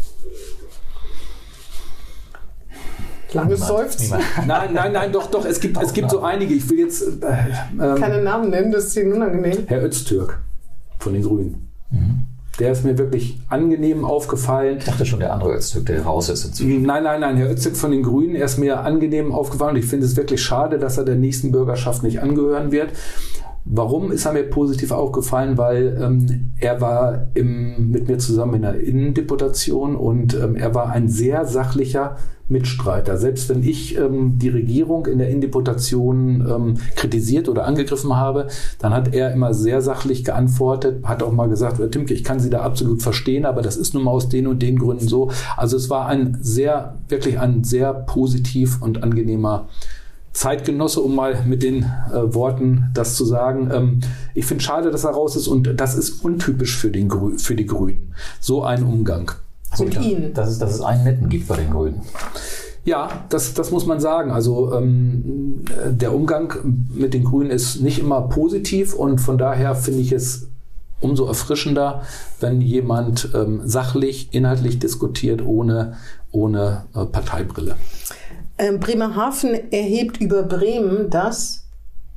Langes Seufzen. Nein, nein, nein, doch, doch, es gibt, es gibt so einige, ich will jetzt äh, ähm, keine Namen nennen, das ist Ihnen unangenehm. Herr Öztürk von den Grünen. Mhm. Der ist mir wirklich angenehm aufgefallen. Ich dachte schon, der andere Öztürk, der raus ist inzwischen. Nein, nein, nein, Herr Öztürk von den Grünen, er ist mir angenehm aufgefallen und ich finde es wirklich schade, dass er der nächsten Bürgerschaft nicht angehören wird. Warum ist er mir positiv aufgefallen? Weil ähm, er war im, mit mir zusammen in der Innendeputation und ähm, er war ein sehr sachlicher Mitstreiter. Selbst wenn ich ähm, die Regierung in der Innendeputation ähm, kritisiert oder angegriffen habe, dann hat er immer sehr sachlich geantwortet, hat auch mal gesagt, Timke, ich kann Sie da absolut verstehen, aber das ist nun mal aus den und den Gründen so. Also es war ein sehr, wirklich ein sehr positiv und angenehmer Zeitgenosse, um mal mit den äh, Worten das zu sagen. Ähm, ich finde schade, dass er raus ist und das ist untypisch für, den Grü- für die Grünen. So ein Umgang. Mit Ihnen. Dass es, dass es einen Netten gibt bei den Grünen. Ja, das, das muss man sagen. Also ähm, der Umgang mit den Grünen ist nicht immer positiv und von daher finde ich es umso erfrischender, wenn jemand ähm, sachlich, inhaltlich diskutiert, ohne, ohne äh, Parteibrille. Ähm, Bremerhaven erhebt über Bremen das.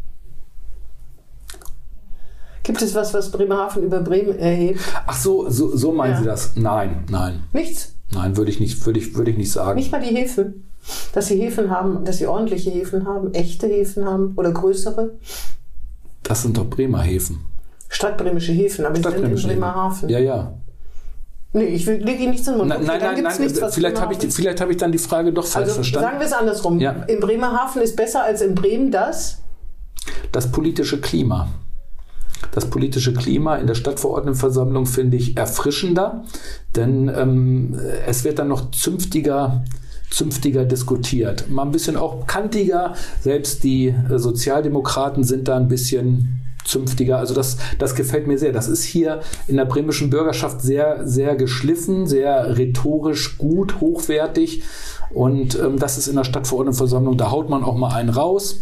Gibt es was, was Bremerhaven über Bremen erhebt? Ach so, so, so meinen Ja. Sie das? Nein, nein. Nichts? Nein, würde ich nicht, würde ich, würde ich nicht sagen. Nicht mal die Häfen? Dass sie Häfen haben, dass sie ordentliche Häfen haben, echte Häfen haben oder größere? Das sind doch Bremer Häfen. Stadtbremische Häfen, aber die sind in Stadtbremische Häfen. Bremerhaven. Ja, ja. Nee, ich will, leg Ihnen nichts in den Mund. Nein, Okay, nein, dann nein, gibt's nein. nichts, was Vielleicht habe ich, Bremerhaven- vielleicht habe ich dann die Frage doch falsch Also verstanden. sagen wir es andersrum. Ja. In Bremerhaven ist besser als in Bremen das? Das politische Klima. Das politische Klima in der Stadtverordnetenversammlung finde ich erfrischender, denn ähm, es wird dann noch zünftiger, zünftiger diskutiert. Mal ein bisschen auch kantiger. Selbst die äh, Sozialdemokraten sind da ein bisschen zünftiger. Also das, das gefällt mir sehr. Das ist hier in der bremischen Bürgerschaft sehr, sehr geschliffen, sehr rhetorisch gut, hochwertig. Und ähm, das ist in der Stadtverordnetenversammlung, da haut man auch mal einen raus.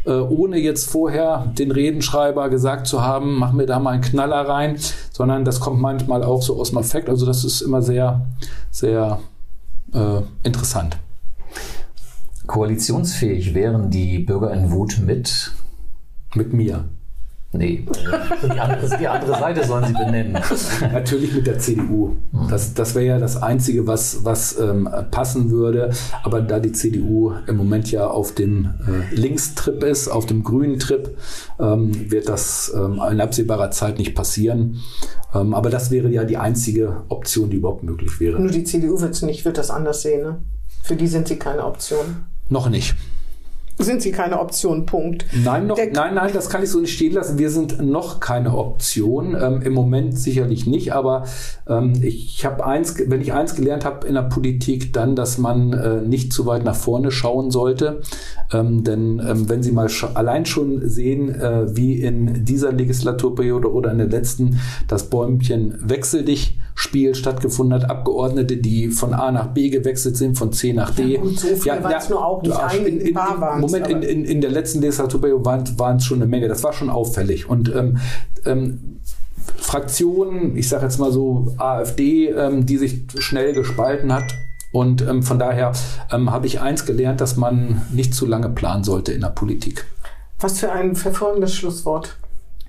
äh, ohne jetzt vorher den Redenschreiber gesagt zu haben, mach mir da mal einen Knaller rein, sondern das kommt manchmal auch so aus dem Affekt. Also das ist immer sehr, sehr äh, interessant. Koalitionsfähig wären die Bürger in Wut mit? Mit mir. Nee, die andere, die andere Seite sollen sie benennen. Natürlich mit der C D U. Das, das wäre ja das Einzige, was, was ähm, passen würde. Aber da die C D U im Moment ja auf dem äh, Linkstrip ist, auf dem grünen Trip, ähm, wird das ähm, in absehbarer Zeit nicht passieren. Ähm, aber das wäre ja die einzige Option, die überhaupt möglich wäre. Nur die C D U wird es nicht, wird das anders sehen. Ne? Für die sind sie keine Option. Noch nicht. Sind sie keine Option, Punkt. Nein, noch, nein, nein, das kann ich so nicht stehen lassen. Wir sind noch keine Option. Ähm, Im Moment sicherlich nicht, aber ähm, ich habe eins, wenn ich eins gelernt habe in der Politik, dann, dass man äh, nicht zu weit nach vorne schauen sollte. Ähm, denn ähm, wenn Sie mal sch- allein schon sehen, äh, wie in dieser Legislaturperiode oder in der letzten das Bäumchen wechsel dich Spiel stattgefunden hat, Abgeordnete, die von A nach B gewechselt sind, von C nach D. Ja, gut, so viel ja, waren es nur auch nicht. In, in, in, Moment, in, in, in der letzten Legislaturperiode waren, waren es schon eine Menge. Das war schon auffällig. Und ähm, ähm, Fraktionen, ich sage jetzt mal so AfD, ähm, die sich schnell gespalten hat. Und ähm, von daher ähm, habe ich eins gelernt, dass man nicht zu lange planen sollte in der Politik. Was für ein verfolgendes Schlusswort.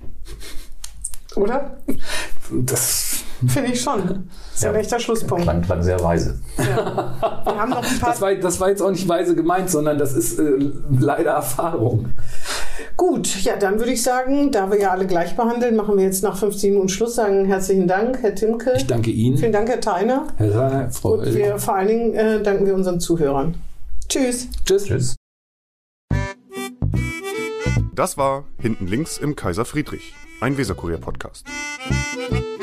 Oder? Das finde ich schon. Das ist ja ein echter Schlusspunkt. Klang, klang sehr weise. Ja. Wir haben noch ein paar das, war, das war jetzt auch nicht weise gemeint, sondern das ist äh, leider Erfahrung. Gut, ja, dann würde ich sagen, da wir ja alle gleich behandeln, machen wir jetzt nach fünfzehn Minuten Schluss. Sagen herzlichen Dank, Herr Timke. Ich danke Ihnen. Vielen Dank, Herr Theiner. Herr Theiner, Frau Und wir, vor allen Dingen äh, danken wir unseren Zuhörern. Tschüss. Tschüss. Tschüss. Das war Hinten links im Kaiser Friedrich, ein Weserkurier-Podcast.